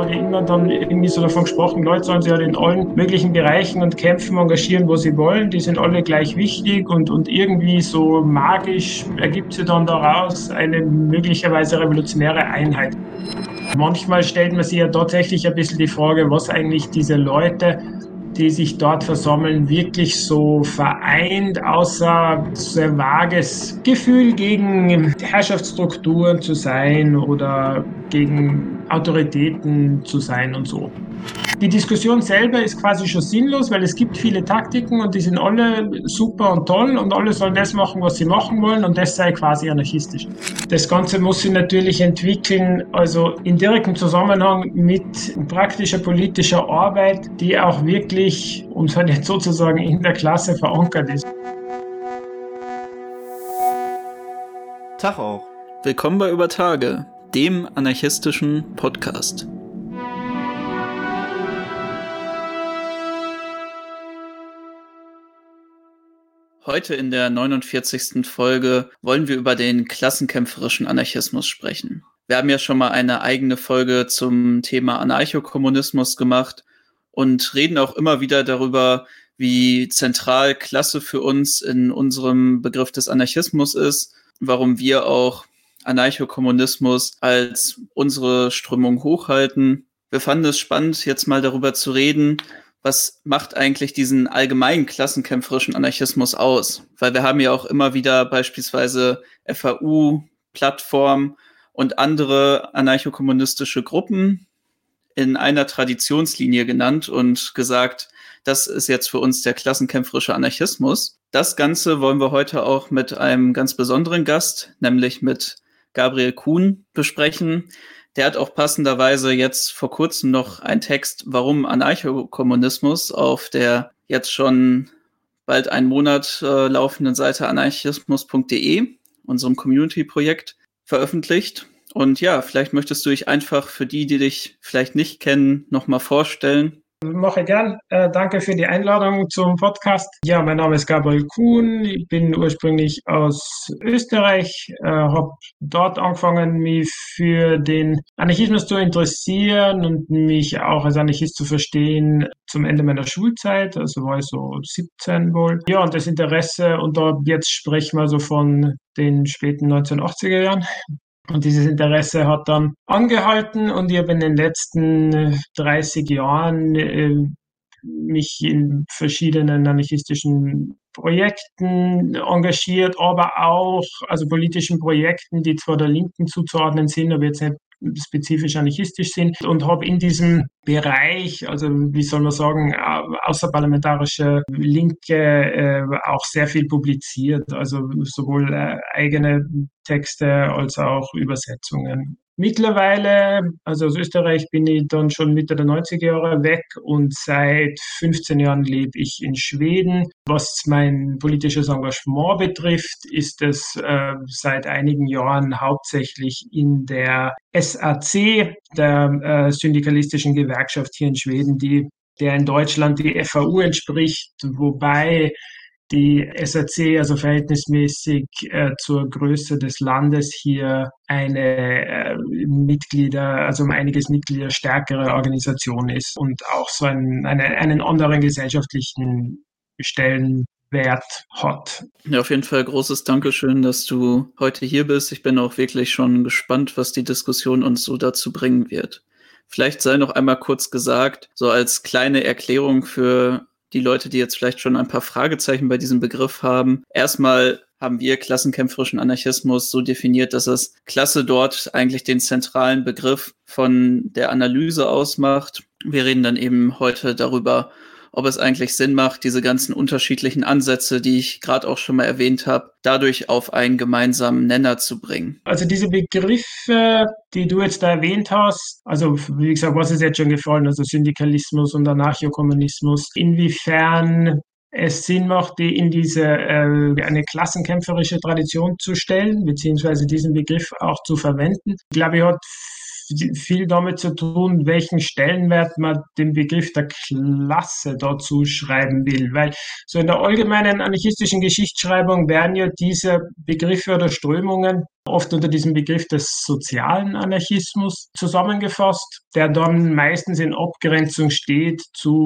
wurde immer dann irgendwie so davon gesprochen, Leute sollen sich halt in allen möglichen Bereichen und Kämpfen engagieren, wo sie wollen. Die sind alle gleich wichtig und irgendwie so magisch ergibt sich dann daraus eine möglicherweise revolutionäre Einheit. Manchmal stellt man sich ja tatsächlich ein bisschen die Frage, was eigentlich diese Leute, die sich dort versammeln, wirklich so vereint, außer so ein vages Gefühl gegen Herrschaftsstrukturen zu sein oder gegen Autoritäten zu sein und so. Die Diskussion selber ist quasi schon sinnlos, weil es gibt viele Taktiken und die sind alle super und toll und alle sollen das machen, was sie machen wollen und das sei quasi anarchistisch. Das Ganze muss sich natürlich entwickeln, also in direktem Zusammenhang mit praktischer politischer Arbeit, die auch wirklich, um es halt jetzt sozusagen in der Klasse verankert ist. Tag auch. Willkommen bei Über Tage, dem anarchistischen Podcast. Heute in der 49. Folge wollen wir über den klassenkämpferischen Anarchismus sprechen. Wir haben ja schon mal eine eigene Folge zum Thema Anarchokommunismus gemacht und reden auch immer wieder darüber, wie zentral Klasse für uns in unserem Begriff des Anarchismus ist, warum wir auch Anarchokommunismus als unsere Strömung hochhalten. Wir fanden es spannend, jetzt mal darüber zu reden, was macht eigentlich diesen allgemeinen klassenkämpferischen Anarchismus aus? Weil wir haben ja auch immer wieder beispielsweise FAU, Plattform und andere anarchokommunistische Gruppen in einer Traditionslinie genannt und gesagt, das ist jetzt für uns der klassenkämpferische Anarchismus. Das Ganze wollen wir heute auch mit einem ganz besonderen Gast, nämlich mit Gabriel Kuhn, besprechen. Der hat auch passenderweise jetzt vor kurzem noch einen Text, warum Anarchokommunismus, auf der jetzt schon bald einen Monat laufenden Seite anarchismus.de, unserem Community-Projekt, veröffentlicht. Und ja, vielleicht möchtest du dich einfach für die dich vielleicht nicht kennen, nochmal vorstellen. Mache ich gern. Danke für die Einladung zum Podcast. Ja, mein Name ist Gabriel Kuhn. Ich bin ursprünglich aus Österreich, habe dort angefangen, mich für den Anarchismus zu interessieren und mich auch als Anarchist zu verstehen zum Ende meiner Schulzeit. Also war ich so 17 wohl. Ja, und das Interesse, und da jetzt sprechen wir so von den späten 1980er Jahren. Und dieses Interesse hat dann angehalten und ich habe in den letzten 30 Jahren mich in verschiedenen anarchistischen Projekten engagiert, aber auch also politischen Projekten, die zwar der Linken zuzuordnen sind, aber jetzt nicht spezifisch anarchistisch sind, und habe in diesem Bereich, also wie soll man sagen, außerparlamentarische Linke auch sehr viel publiziert, also sowohl eigene Texte als auch Übersetzungen. Mittlerweile, also aus Österreich, bin ich dann schon Mitte der 90er Jahre weg und seit 15 Jahren lebe ich in Schweden. Was mein politisches Engagement betrifft, ist es seit einigen Jahren hauptsächlich in der SAC, der syndikalistischen Gewerkschaft hier in Schweden, der in Deutschland die FAU entspricht, wobei die SAC also verhältnismäßig zur Größe des Landes hier eine also um einiges Mitglieder stärkere Organisation ist und auch so einen anderen gesellschaftlichen Stellenwert hat. Ja, auf jeden Fall großes Dankeschön, dass du heute hier bist. Ich bin auch wirklich schon gespannt, was die Diskussion uns so dazu bringen wird. Vielleicht sei noch einmal kurz gesagt, so als kleine Erklärung für die Leute, die jetzt vielleicht schon ein paar Fragezeichen bei diesem Begriff haben. Erstmal haben wir klassenkämpferischen Anarchismus so definiert, dass es Klasse dort eigentlich den zentralen Begriff von der Analyse ausmacht. Wir reden dann eben heute darüber, ob es eigentlich Sinn macht, diese ganzen unterschiedlichen Ansätze, die ich gerade auch schon mal erwähnt habe, dadurch auf einen gemeinsamen Nenner zu bringen. Also diese Begriffe, die du jetzt da erwähnt hast, also wie gesagt, was ist jetzt schon gefallen, also Syndikalismus und Anarchokommunismus, inwiefern es Sinn macht, die in diese eine klassenkämpferische Tradition zu stellen, beziehungsweise diesen Begriff auch zu verwenden. Ich glaube, hat viel damit zu tun, welchen Stellenwert man dem Begriff der Klasse dazu schreiben will. Weil so in der allgemeinen anarchistischen Geschichtsschreibung werden ja diese Begriffe oder Strömungen oft unter diesem Begriff des sozialen Anarchismus zusammengefasst, der dann meistens in Abgrenzung steht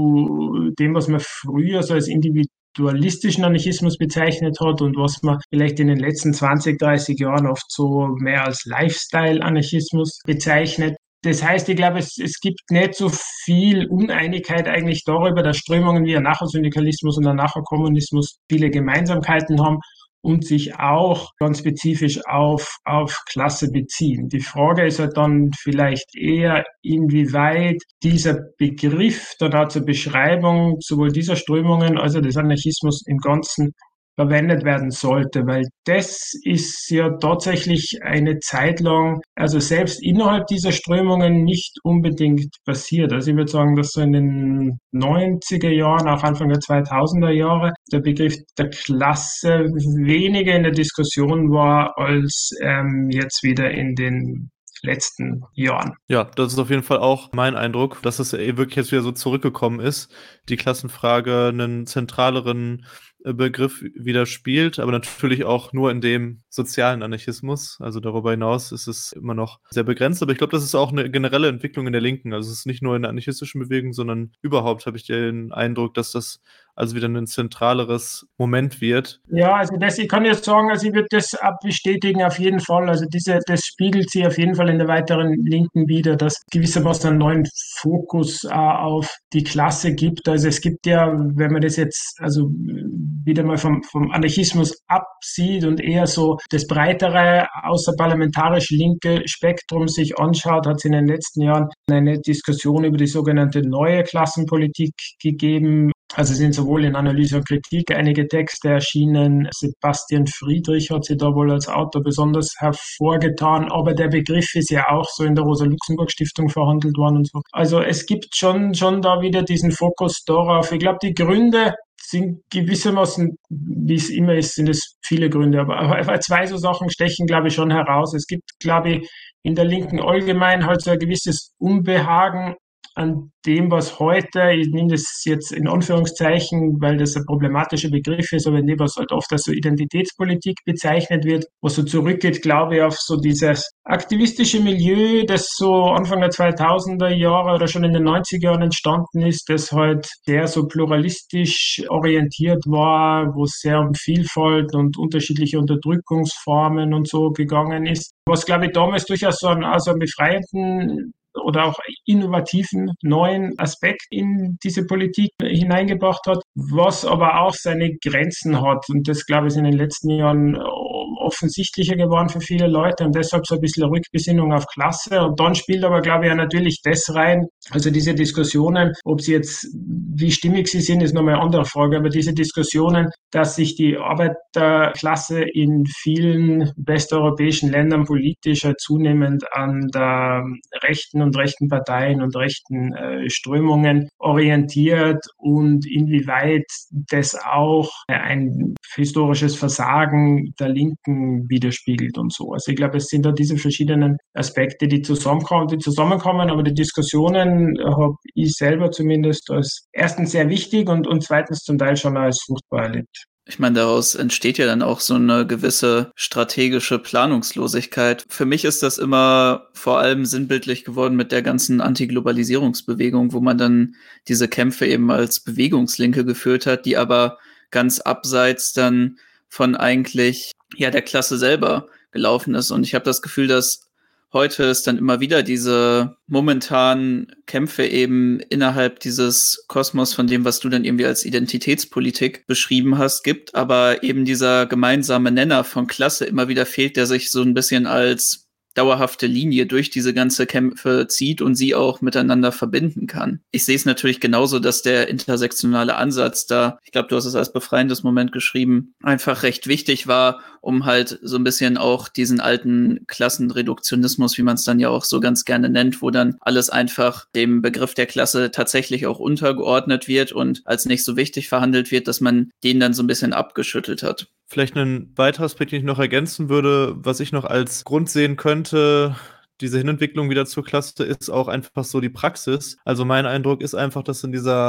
zu dem, was man früher so als individualistischen Anarchismus bezeichnet hat und was man vielleicht in den letzten 20, 30 Jahren oft so mehr als Lifestyle-Anarchismus bezeichnet. Das heißt, ich glaube, es gibt nicht so viel Uneinigkeit eigentlich darüber, dass Strömungen wie Anarchosyndikalismus und Anarchokommunismus viele Gemeinsamkeiten haben und sich auch ganz spezifisch auf Klasse beziehen. Die Frage ist halt dann vielleicht eher, inwieweit dieser Begriff dann auch zur Beschreibung sowohl dieser Strömungen als auch des Anarchismus im Ganzen verwendet werden sollte, weil das ist ja tatsächlich eine Zeit lang, also selbst innerhalb dieser Strömungen nicht unbedingt passiert. Also ich würde sagen, dass so in den 90er Jahren, auch Anfang der 2000er Jahre, der Begriff der Klasse weniger in der Diskussion war als jetzt wieder in den letzten Jahren. Ja, das ist auf jeden Fall auch mein Eindruck, dass es wirklich jetzt wieder so zurückgekommen ist, die Klassenfrage einen zentraleren Begriff wieder spielt, aber natürlich auch nur in dem sozialen Anarchismus. Also darüber hinaus ist es immer noch sehr begrenzt, aber ich glaube, das ist auch eine generelle Entwicklung in der Linken. Also es ist nicht nur in der anarchistischen Bewegung, sondern überhaupt habe ich den Eindruck, dass das also wieder ein zentraleres Moment wird. Ja, also ich kann jetzt sagen, also ich würde das bestätigen auf jeden Fall. Also das spiegelt sich auf jeden Fall in der weiteren Linken wieder, dass gewissermaßen einen neuen Fokus auf die Klasse gibt. Also es gibt ja, wenn man das jetzt also wieder mal vom Anarchismus absieht und eher so das breitere außerparlamentarisch linke Spektrum sich anschaut, hat es in den letzten Jahren eine Diskussion über die sogenannte neue Klassenpolitik gegeben. Also sind sowohl in Analyse und Kritik einige Texte erschienen. Sebastian Friedrich hat sich da wohl als Autor besonders hervorgetan, aber der Begriff ist ja auch so in der Rosa-Luxemburg-Stiftung verhandelt worden und so. Also es gibt schon da wieder diesen Fokus darauf. Ich glaube, die Gründe sind gewissermaßen, wie es immer ist, sind es viele Gründe, aber zwei so Sachen stechen, glaube ich, schon heraus. Es gibt, glaube ich, in der Linken allgemein halt so ein gewisses Unbehagen an dem, was heute, ich nehme das jetzt in Anführungszeichen, weil das ein problematischer Begriff ist, aber in dem, was halt oft als so Identitätspolitik bezeichnet wird, was so zurückgeht, glaube ich, auf so dieses aktivistische Milieu, das so Anfang der 2000er Jahre oder schon in den 90er Jahren entstanden ist, das halt sehr so pluralistisch orientiert war, wo es sehr um Vielfalt und unterschiedliche Unterdrückungsformen und so gegangen ist. Was, glaube ich, damals durchaus so einen befreienden oder auch innovativen neuen Aspekt in diese Politik hineingebracht hat, was aber auch seine Grenzen hat. Und das, glaube ich, ist in den letzten Jahren offensichtlicher geworden für viele Leute und deshalb so ein bisschen Rückbesinnung auf Klasse. Und dann spielt aber, glaube ich, ja natürlich das rein, also diese Diskussionen, ob sie jetzt, wie stimmig sie sind, ist nochmal eine andere Frage, aber diese Diskussionen, dass sich die Arbeiterklasse in vielen westeuropäischen Ländern politisch zunehmend an der rechten und rechten Parteien und rechten Strömungen orientiert und inwieweit das auch ein historisches Versagen der Linken widerspiegelt und so. Also ich glaube, es sind da diese verschiedenen Aspekte, die zusammenkommen, aber die Diskussionen habe ich selber zumindest als erstens sehr wichtig und zweitens zum Teil schon als fruchtbar erlebt. Ich meine, daraus entsteht ja dann auch so eine gewisse strategische Planungslosigkeit. Für mich ist das immer vor allem sinnbildlich geworden mit der ganzen Antiglobalisierungsbewegung, wo man dann diese Kämpfe eben als Bewegungslinke geführt hat, die aber ganz abseits dann von eigentlich ja der Klasse selber gelaufen ist. Und ich habe das Gefühl, dass heute es dann immer wieder diese momentanen Kämpfe eben innerhalb dieses Kosmos von dem, was du dann irgendwie als Identitätspolitik beschrieben hast, gibt, aber eben dieser gemeinsame Nenner von Klasse immer wieder fehlt, der sich so ein bisschen als dauerhafte Linie durch diese ganze Kämpfe zieht und sie auch miteinander verbinden kann. Ich sehe es natürlich genauso, dass der intersektionale Ansatz da, ich glaube, du hast es als befreiendes Moment geschrieben, einfach recht wichtig war, um halt so ein bisschen auch diesen alten Klassenreduktionismus, wie man es dann ja auch so ganz gerne nennt, wo dann alles einfach dem Begriff der Klasse tatsächlich auch untergeordnet wird und als nicht so wichtig verhandelt wird, dass man den dann so ein bisschen abgeschüttelt hat. Vielleicht ein weiterer Aspekt, den ich noch ergänzen würde, was ich noch als Grund sehen könnte, diese Hinentwicklung wieder zur Klasse, ist auch einfach so die Praxis. Also mein Eindruck ist einfach, dass in dieser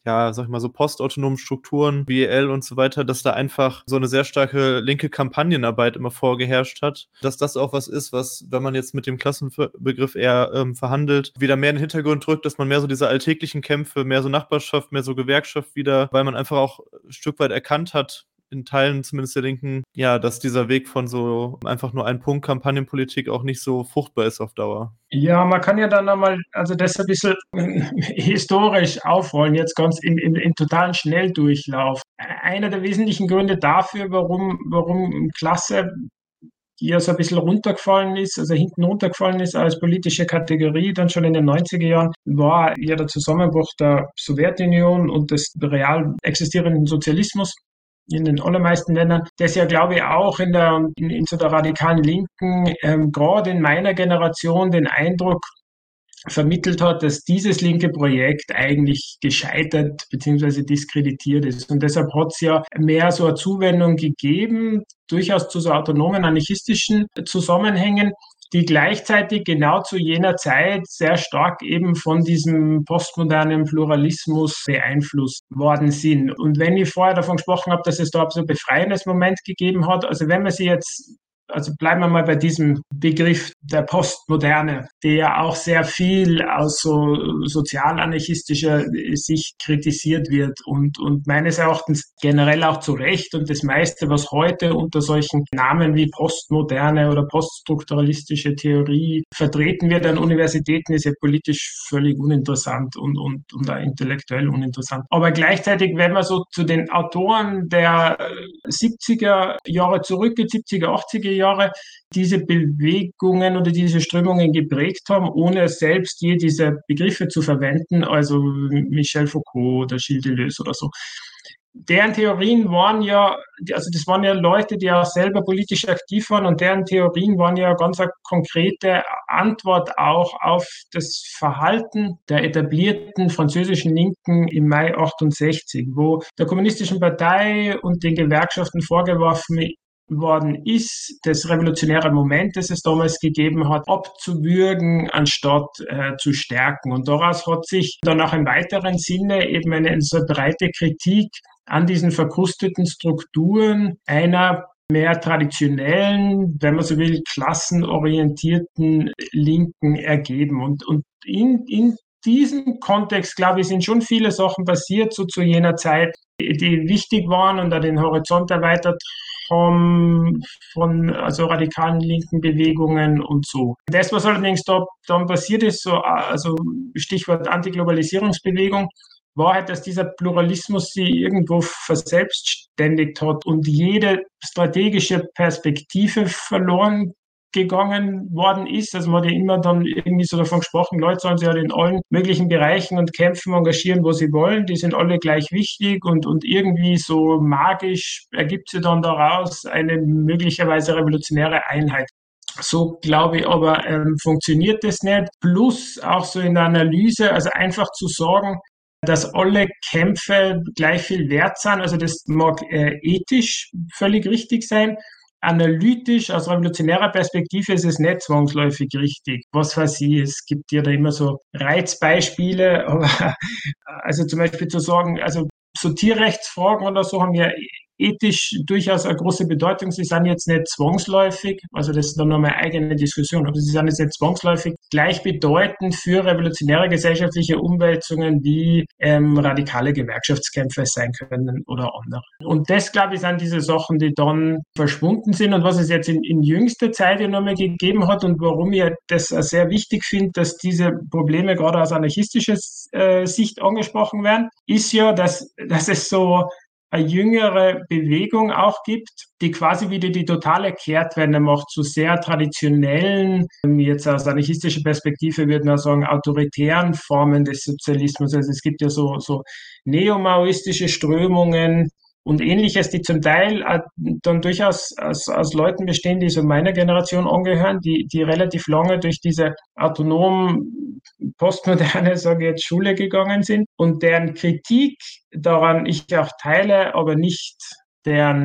ja, sag ich mal, so postautonomen Strukturen, BEL und so weiter, dass da einfach so eine sehr starke linke Kampagnenarbeit immer vorgeherrscht hat. Dass das auch was ist, was, wenn man jetzt mit dem Klassenbegriff eher verhandelt, wieder mehr in den Hintergrund drückt, dass man mehr so diese alltäglichen Kämpfe, mehr so Nachbarschaft, mehr so Gewerkschaft wieder, weil man einfach auch ein Stück weit erkannt hat, in Teilen zumindest der Linken, ja, dass dieser Weg von so einfach nur ein Punkt Kampagnenpolitik auch nicht so fruchtbar ist auf Dauer. Ja, man kann ja dann nochmal, also das ein bisschen historisch aufrollen, jetzt ganz im totalen Schnelldurchlauf. Einer der wesentlichen Gründe dafür, warum Klasse ja so ein bisschen runtergefallen ist, also hinten runtergefallen ist als politische Kategorie, dann schon in den 90er Jahren, war ja der Zusammenbruch der Sowjetunion und des real existierenden Sozialismus in den allermeisten Ländern, das ja, glaube ich, auch in so der radikalen Linken, gerade in meiner Generation den Eindruck vermittelt hat, dass dieses linke Projekt eigentlich gescheitert bzw. diskreditiert ist. Und deshalb hat es ja mehr so eine Zuwendung gegeben, durchaus zu so autonomen anarchistischen Zusammenhängen, die gleichzeitig genau zu jener Zeit sehr stark eben von diesem postmodernen Pluralismus beeinflusst worden sind. Und wenn ich vorher davon gesprochen habe, dass es da so ein befreiendes Moment gegeben hat, also wenn man sich jetzt bleiben wir mal bei diesem Begriff der Postmoderne, der ja auch sehr viel aus so sozialanarchistischer Sicht kritisiert wird und meines Erachtens generell auch zu Recht. Und das meiste, was heute unter solchen Namen wie Postmoderne oder poststrukturalistische Theorie vertreten wird an Universitäten, ist ja politisch völlig uninteressant und auch intellektuell uninteressant. Aber gleichzeitig, wenn man so zu den Autoren der 70er Jahre zurückgeht, 70er, 80er Jahre, diese Bewegungen oder diese Strömungen geprägt haben, ohne selbst je diese Begriffe zu verwenden, also Michel Foucault oder Gilles Deleuze oder so. Deren Theorien waren ja, also das waren ja Leute, die auch selber politisch aktiv waren und deren Theorien waren ja ganz eine konkrete Antwort auch auf das Verhalten der etablierten französischen Linken im Mai 68, wo der Kommunistischen Partei und den Gewerkschaften vorgeworfen worden ist, das revolutionäre Moment, das es damals gegeben hat, abzuwürgen, anstatt zu stärken. Und daraus hat sich dann auch im weiteren Sinne eben eine so breite Kritik an diesen verkrusteten Strukturen einer mehr traditionellen, wenn man so will, klassenorientierten Linken ergeben. Und in diesem Kontext, glaube ich, sind schon viele Sachen passiert, so zu jener Zeit, die wichtig waren und da den Horizont erweitert haben von also radikalen linken Bewegungen und so. Das, was allerdings da dann passiert ist, so, also Stichwort Antiglobalisierungsbewegung, war halt, dass dieser Pluralismus sie irgendwo verselbstständigt hat und jede strategische Perspektive verloren gegangen worden ist. Also man hat ja immer dann irgendwie so davon gesprochen, Leute sollen sich halt in allen möglichen Bereichen und Kämpfen engagieren, wo sie wollen. Die sind alle gleich wichtig und irgendwie so magisch ergibt sich dann daraus eine möglicherweise revolutionäre Einheit. So glaube ich aber, funktioniert das nicht. Plus auch so in der Analyse, also einfach zu sagen, dass alle Kämpfe gleich viel wert sind. Also das mag ethisch völlig richtig sein. Analytisch, aus revolutionärer Perspektive ist es nicht zwangsläufig richtig. Was weiß ich, es gibt ja da immer so Reizbeispiele, aber also zum Beispiel zu sagen, also so Tierrechtsfragen oder so haben ja ethisch durchaus eine große Bedeutung. Sie sind jetzt nicht zwangsläufig, also das ist dann nochmal eine eigene Diskussion, aber sie sind jetzt nicht zwangsläufig gleichbedeutend für revolutionäre gesellschaftliche Umwälzungen wie radikale Gewerkschaftskämpfe sein können oder andere. Und das, glaube ich, sind diese Sachen, die dann verschwunden sind und was es jetzt in jüngster Zeit ja nochmal gegeben hat und warum ich das sehr wichtig finde, dass diese Probleme gerade aus anarchistischer Sicht angesprochen werden, ist ja, dass es so eine jüngere Bewegung auch gibt, die quasi wieder die totale Kehrtwende macht zu sehr traditionellen, jetzt aus anarchistischer Perspektive würde man sagen, autoritären Formen des Sozialismus. Also es gibt ja so neomaoistische Strömungen und Ähnliches, die zum Teil dann durchaus aus Leuten bestehen, die so meiner Generation angehören, die relativ lange durch diese autonomen postmoderne, sage ich jetzt, Schule gegangen sind und deren Kritik daran ich auch teile, aber nicht deren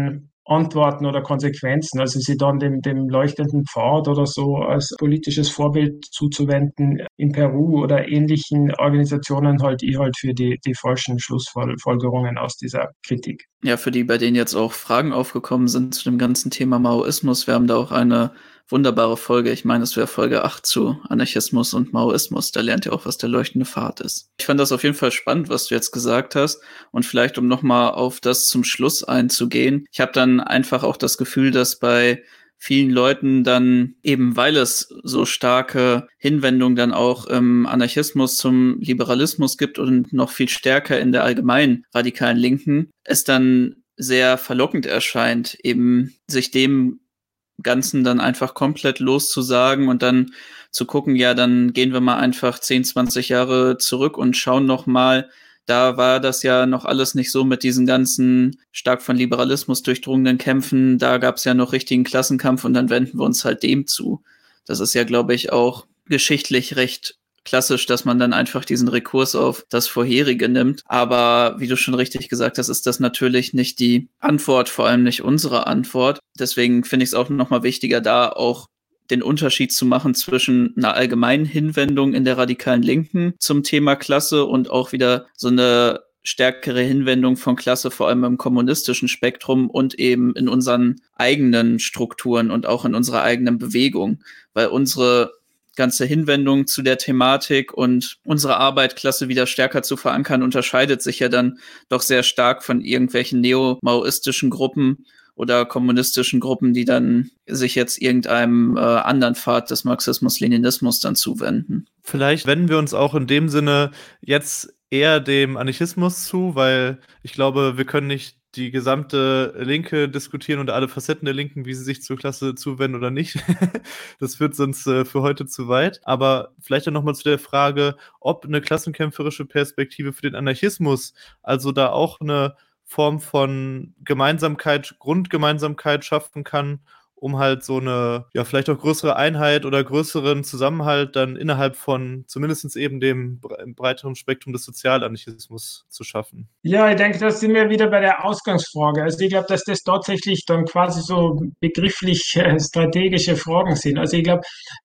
Antworten oder Konsequenzen, also sie dann dem leuchtenden Pfad oder so als politisches Vorbild zuzuwenden in Peru oder ähnlichen Organisationen halte ich halt für die falschen Schlussfolgerungen aus dieser Kritik. Ja, für die, bei denen jetzt auch Fragen aufgekommen sind zu dem ganzen Thema Maoismus, wir haben da auch eine wunderbare Folge, ich meine, es wäre Folge 8 zu Anarchismus und Maoismus, da lernt ihr auch, was der leuchtende Pfad ist. Ich fand das auf jeden Fall spannend, was du jetzt gesagt hast und vielleicht, um nochmal auf das zum Schluss einzugehen, ich habe dann einfach auch das Gefühl, dass bei vielen Leuten dann eben, weil es so starke Hinwendungen dann auch im Anarchismus zum Liberalismus gibt und noch viel stärker in der allgemeinen radikalen Linken, es dann sehr verlockend erscheint, eben sich dem Ganzen dann einfach komplett loszusagen und dann zu gucken, ja, dann gehen wir mal einfach 10, 20 Jahre zurück und schauen noch mal, da war das ja noch alles nicht so mit diesen ganzen stark von Liberalismus durchdrungenen Kämpfen, da gab es ja noch richtigen Klassenkampf und dann wenden wir uns halt dem zu. Das ist ja, glaube ich, auch geschichtlich recht klassisch, dass man dann einfach diesen Rekurs auf das Vorherige nimmt. Aber wie du schon richtig gesagt hast, ist das natürlich nicht die Antwort, vor allem nicht unsere Antwort. Deswegen finde ich es auch nochmal wichtiger, da auch den Unterschied zu machen zwischen einer allgemeinen Hinwendung in der radikalen Linken zum Thema Klasse und auch wieder so eine stärkere Hinwendung von Klasse, vor allem im kommunistischen Spektrum und eben in unseren eigenen Strukturen und auch in unserer eigenen Bewegung, weil unsere ganze Hinwendung zu der Thematik und unsere Arbeit, Klasse wieder stärker zu verankern, unterscheidet sich ja dann doch sehr stark von irgendwelchen neo-maoistischen Gruppen oder kommunistischen Gruppen, die dann sich jetzt irgendeinem anderen Pfad des Marxismus-Leninismus dann zuwenden. Vielleicht wenden wir uns auch in dem Sinne jetzt eher dem Anarchismus zu, weil ich glaube, wir können nicht die gesamte Linke diskutieren und alle Facetten der Linken, wie sie sich zur Klasse zuwenden oder nicht. Das führt sonst für heute zu weit. Aber vielleicht dann nochmal zu der Frage, ob eine klassenkämpferische Perspektive für den Anarchismus, also da auch eine Form von Gemeinsamkeit, Grundgemeinsamkeit schaffen kann, um halt so eine, ja, vielleicht auch größere Einheit oder größeren Zusammenhalt dann innerhalb von zumindest eben dem breiteren Spektrum des Sozialanarchismus zu schaffen. Ja, ich denke, da sind wir wieder bei der Ausgangsfrage. Also ich glaube, dass das tatsächlich dann quasi so begrifflich strategische Fragen sind. Also ich glaube,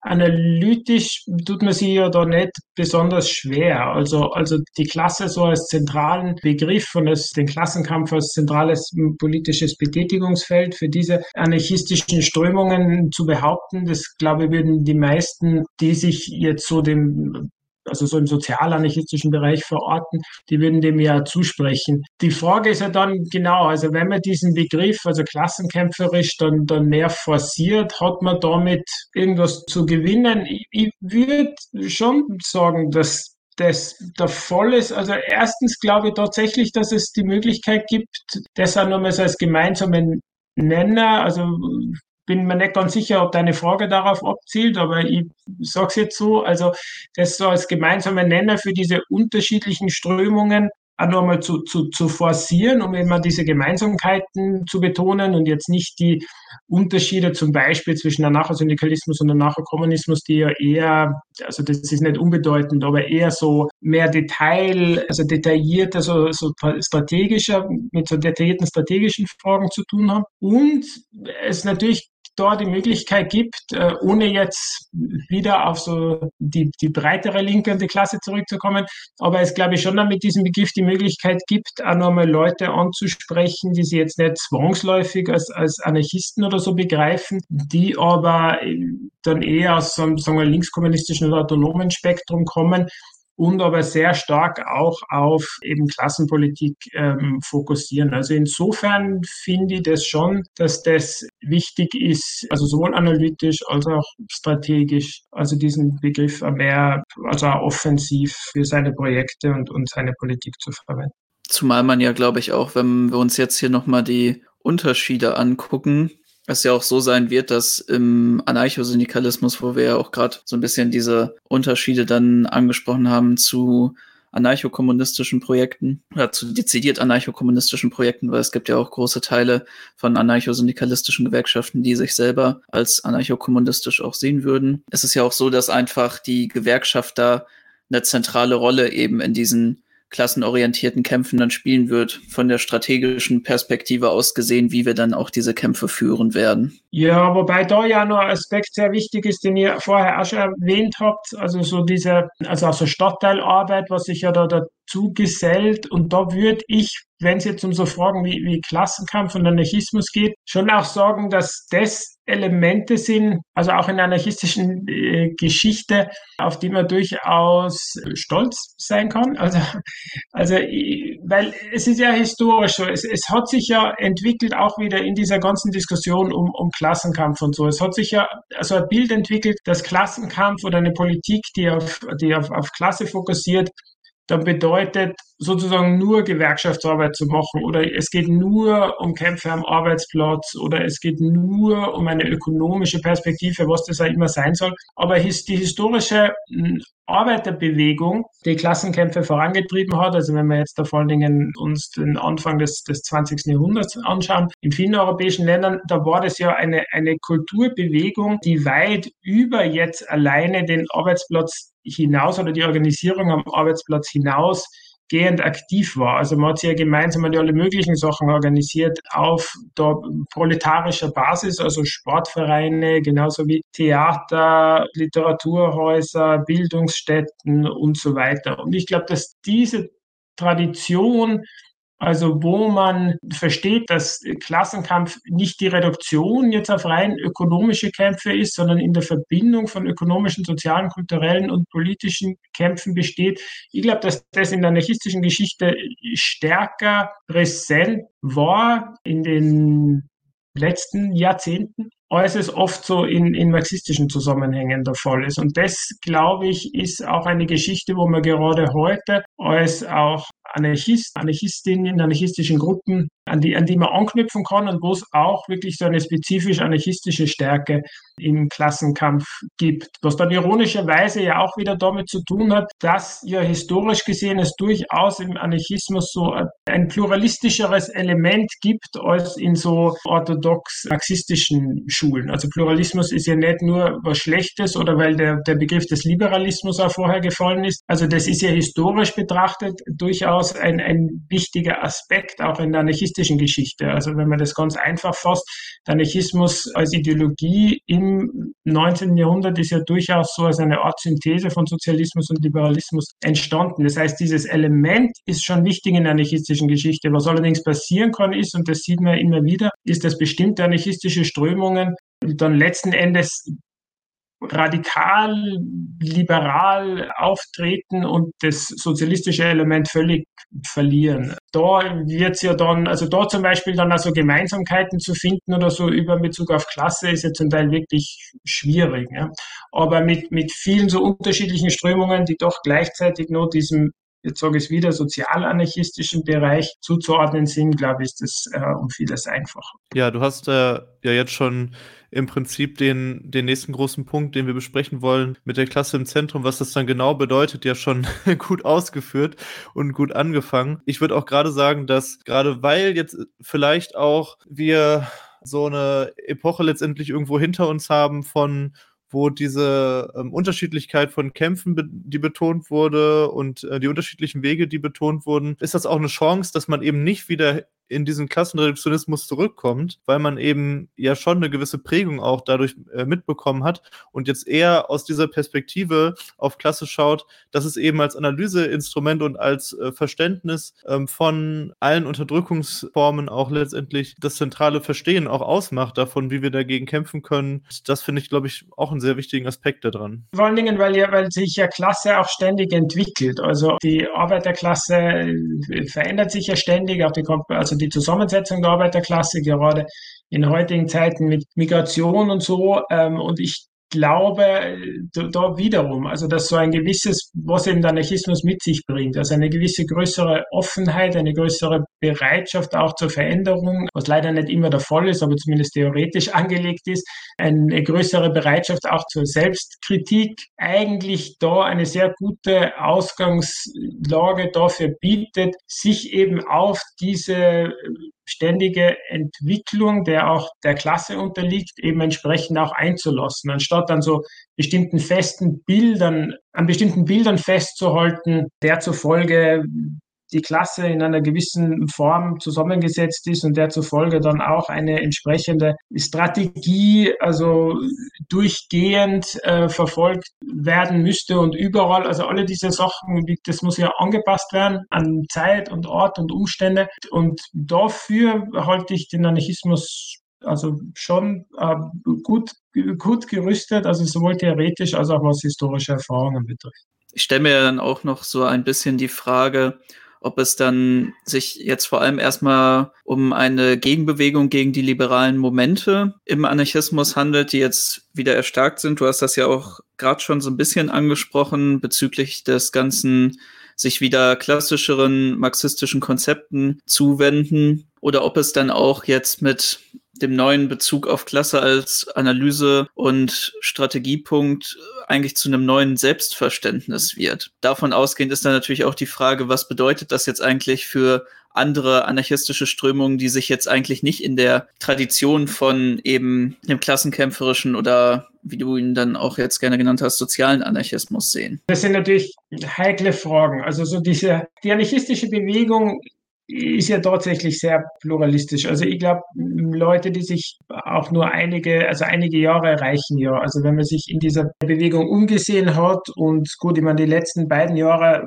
analytisch tut man sich ja da nicht besonders schwer. Also die Klasse so als zentralen Begriff und den Klassenkampf als zentrales politisches Betätigungsfeld für diese anarchistischen Strömungen zu behaupten, das glaube ich, würden die meisten, die sich jetzt so also so im sozialanarchistischen Bereich verorten, die würden dem ja zusprechen. Die Frage ist ja dann genau, also wenn man diesen Begriff, also klassenkämpferisch, dann mehr forciert, hat man damit irgendwas zu gewinnen? Ich würde schon sagen, dass das der Fall ist. Also erstens glaube ich tatsächlich, dass es die Möglichkeit gibt, das auch nochmal so als gemeinsamen Nenner, also bin mir nicht ganz sicher, ob deine Frage darauf abzielt, aber ich sage es jetzt so, also das so als gemeinsamer Nenner für diese unterschiedlichen Strömungen auch nochmal zu forcieren, um eben diese Gemeinsamkeiten zu betonen und jetzt nicht die Unterschiede zum Beispiel zwischen Anarchosyndikalismus und Anarchokommunismus, die ja eher, also das ist nicht unbedeutend, aber eher so mehr also detailliert, also so strategischer, mit so detaillierten strategischen Fragen zu tun haben. Und es natürlich da die Möglichkeit gibt, ohne jetzt wieder auf so die breitere Linke und die Klasse zurückzukommen, aber es glaube ich schon mit diesem Begriff die Möglichkeit gibt, auch nochmal Leute anzusprechen, die sie jetzt nicht zwangsläufig als Anarchisten oder so begreifen, die aber dann eher aus so einem, sagen wir, linkskommunistischen oder autonomen Spektrum kommen und aber sehr stark auch auf eben Klassenpolitik fokussieren. Also insofern finde ich das schon, dass das wichtig ist, also sowohl analytisch als auch strategisch, also diesen Begriff mehr, also auch offensiv für seine Projekte und seine Politik zu verwenden. Zumal man ja, glaube ich, auch, wenn wir uns jetzt hier nochmal die Unterschiede angucken, es ja auch so sein wird, dass im Anarchosyndikalismus, wo wir ja auch gerade so ein bisschen diese Unterschiede dann angesprochen haben zu anarchokommunistischen Projekten oder zu dezidiert anarchokommunistischen Projekten, weil es gibt ja auch große Teile von anarchosyndikalistischen Gewerkschaften, die sich selber als anarchokommunistisch auch sehen würden. Es ist ja auch so, dass einfach die Gewerkschaft da eine zentrale Rolle eben in diesen klassenorientierten Kämpfen dann spielen wird, von der strategischen Perspektive aus gesehen, wie wir dann auch diese Kämpfe führen werden. Ja, wobei da ja noch ein Aspekt sehr wichtig ist, den ihr vorher auch schon erwähnt habt, also so also auch so Stadtteilarbeit, was sich ja da dazu gesellt. Und da würde ich, wenn es jetzt um so Fragen wie Klassenkampf und Anarchismus geht, schon auch sagen, dass das Elemente sind, also auch in der anarchistischen Geschichte, auf die man durchaus stolz sein kann. Weil es ist ja historisch so, es hat sich ja entwickelt, auch wieder in dieser ganzen Diskussion um Klassenkampf und so. Es hat sich ja also ein Bild entwickelt, dass Klassenkampf oder eine Politik, die auf Klasse fokussiert, dann bedeutet sozusagen nur Gewerkschaftsarbeit zu machen oder es geht nur um Kämpfe am Arbeitsplatz oder es geht nur um eine ökonomische Perspektive, was das auch immer sein soll. Aber die historische Arbeiterbewegung, die Klassenkämpfe vorangetrieben hat, also wenn wir jetzt da vor allen Dingen uns den Anfang des 20. Jahrhunderts anschauen, in vielen europäischen Ländern, da war das ja eine Kulturbewegung, die weit über jetzt alleine den Arbeitsplatz hinaus oder die Organisierung am Arbeitsplatz hinausgehend aktiv war. Also man hat sich ja gemeinsam alle möglichen Sachen organisiert auf der proletarischer Basis, also Sportvereine, genauso wie Theater, Literaturhäuser, Bildungsstätten und so weiter. Und ich glaube, dass diese Tradition, also wo man versteht, dass Klassenkampf nicht die Reduktion jetzt auf rein ökonomische Kämpfe ist, sondern in der Verbindung von ökonomischen, sozialen, kulturellen und politischen Kämpfen besteht. Ich glaube, dass das in der anarchistischen Geschichte stärker präsent war in den letzten Jahrzehnten, als es oft so in marxistischen Zusammenhängen der Fall ist. Und das, glaube ich, ist auch eine Geschichte, wo man gerade heute als auch Anarchistinnen in anarchistischen Gruppen, an die man anknüpfen kann und wo es auch wirklich so eine spezifisch anarchistische Stärke im Klassenkampf gibt. Was dann ironischerweise ja auch wieder damit zu tun hat, dass ja historisch gesehen es durchaus im Anarchismus so ein pluralistischeres Element gibt als in so orthodox marxistischen Schulen. Also Pluralismus ist ja nicht nur was Schlechtes oder weil der Begriff des Liberalismus auch vorher gefallen ist. Also das ist ja historisch betrachtet durchaus ein wichtiger Aspekt auch in der anarchistischen Geschichte. Also wenn man das ganz einfach fasst, der Anarchismus als Ideologie im 19. Jahrhundert ist ja durchaus so als eine Art Synthese von Sozialismus und Liberalismus entstanden. Das heißt, dieses Element ist schon wichtig in der anarchistischen Geschichte. Was allerdings passieren kann ist, und das sieht man immer wieder, ist, dass bestimmte anarchistische Strömungen dann letzten Endes radikal, liberal auftreten und das sozialistische Element völlig verlieren. Da wird's ja dann, also da zum Beispiel dann also Gemeinsamkeiten zu finden oder so über Bezug auf Klasse ist ja zum Teil wirklich schwierig. Ja. Aber mit vielen so unterschiedlichen Strömungen, die doch gleichzeitig nur diesem, jetzt sage ich es wieder, sozialanarchistischen Bereich zuzuordnen sind, glaube ich, ist das um vieles einfacher. Ja, du hast ja jetzt schon im Prinzip den nächsten großen Punkt, den wir besprechen wollen, mit der Klasse im Zentrum, was das dann genau bedeutet, ja schon gut ausgeführt und gut angefangen. Ich würde auch gerade sagen, dass gerade weil jetzt vielleicht auch wir so eine Epoche letztendlich irgendwo hinter uns haben wo diese Unterschiedlichkeit von Kämpfen, die betont wurde und die unterschiedlichen Wege, die betont wurden, ist das auch eine Chance, dass man eben nicht wieder in diesen Klassenreduktionismus zurückkommt, weil man eben ja schon eine gewisse Prägung auch dadurch mitbekommen hat und jetzt eher aus dieser Perspektive auf Klasse schaut, dass es eben als Analyseinstrument und als Verständnis von allen Unterdrückungsformen auch letztendlich das zentrale Verstehen auch ausmacht davon, wie wir dagegen kämpfen können. Das finde ich, glaube ich, auch einen sehr wichtigen Aspekt daran. Vor allen Dingen, weil sich ja Klasse auch ständig entwickelt. Also die Arbeiterklasse verändert sich ja ständig, auch die Zusammensetzung der Arbeiterklasse, gerade in heutigen Zeiten mit Migration und so. Und ich glaube, da wiederum, also dass so ein gewisses, was eben der Anarchismus mit sich bringt, also eine gewisse größere Offenheit, eine größere Bereitschaft auch zur Veränderung, was leider nicht immer der Fall ist, aber zumindest theoretisch angelegt ist, eine größere Bereitschaft auch zur Selbstkritik, eigentlich da eine sehr gute Ausgangslage dafür bietet, sich eben auf diese ständige Entwicklung, der auch der Klasse unterliegt, eben entsprechend auch einzulassen, anstatt an so an bestimmten Bildern festzuhalten, der zufolge die Klasse in einer gewissen Form zusammengesetzt ist und der zufolge dann auch eine entsprechende Strategie, also durchgehend verfolgt werden müsste und überall, also alle diese Sachen, das muss ja angepasst werden an Zeit und Ort und Umstände und dafür halte ich den Anarchismus also schon gut gerüstet, also sowohl theoretisch als auch was historische Erfahrungen betrifft. Ich stelle mir dann auch noch so ein bisschen die Frage, ob es dann sich jetzt vor allem erstmal um eine Gegenbewegung gegen die liberalen Momente im Anarchismus handelt, die jetzt wieder erstarkt sind. Du hast das ja auch gerade schon so ein bisschen angesprochen bezüglich des ganzen sich wieder klassischeren marxistischen Konzepten zuwenden, oder ob es dann auch jetzt mit dem neuen Bezug auf Klasse als Analyse- und Strategiepunkt eigentlich zu einem neuen Selbstverständnis wird. Davon ausgehend ist dann natürlich auch die Frage, was bedeutet das jetzt eigentlich für andere anarchistische Strömungen, die sich jetzt eigentlich nicht in der Tradition von eben dem klassenkämpferischen oder, wie du ihn dann auch jetzt gerne genannt hast, sozialen Anarchismus sehen? Das sind natürlich heikle Fragen. Also so die anarchistische Bewegung ist ja tatsächlich sehr pluralistisch. Also ich glaube, Leute, die sich auch nur einige Jahre reichen ja. Also wenn man sich in dieser Bewegung umgesehen hat und gut, ich meine, die letzten beiden Jahre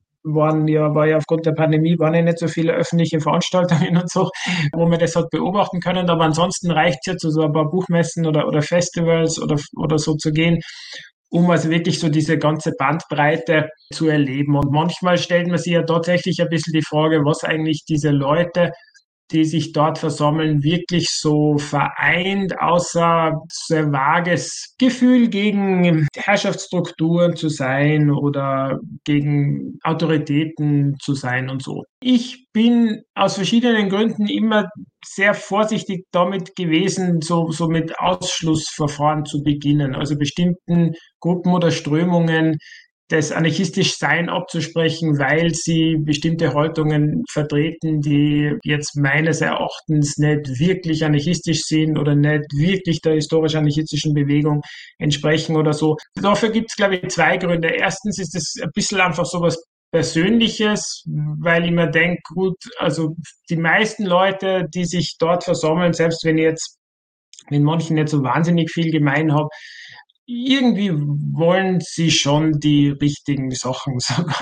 war ja aufgrund der Pandemie waren ja nicht so viele öffentliche Veranstaltungen und so, wo man das hat beobachten können. Aber ansonsten reicht es ja zu so ein paar Buchmessen oder Festivals oder so zu gehen, um also wirklich so diese ganze Bandbreite zu erleben. Und manchmal stellt man sich ja tatsächlich ein bisschen die Frage, was eigentlich diese Leute, die sich dort versammeln, wirklich so vereint, außer so ein vages Gefühl gegen Herrschaftsstrukturen zu sein oder gegen Autoritäten zu sein und so. Ich bin aus verschiedenen Gründen immer sehr vorsichtig damit gewesen, so mit Ausschlussverfahren zu beginnen, also bestimmten Gruppen oder Strömungen das anarchistisch Sein abzusprechen, weil sie bestimmte Haltungen vertreten, die jetzt meines Erachtens nicht wirklich anarchistisch sind oder nicht wirklich der historisch-anarchistischen Bewegung entsprechen oder so. Dafür gibt es, glaube ich, zwei Gründe. Erstens ist es ein bisschen einfach sowas Persönliches, weil ich mir denke, gut, also die meisten Leute, die sich dort versammeln, selbst wenn ich jetzt mit manchen nicht so wahnsinnig viel gemein habe, irgendwie wollen sie schon die richtigen Sachen,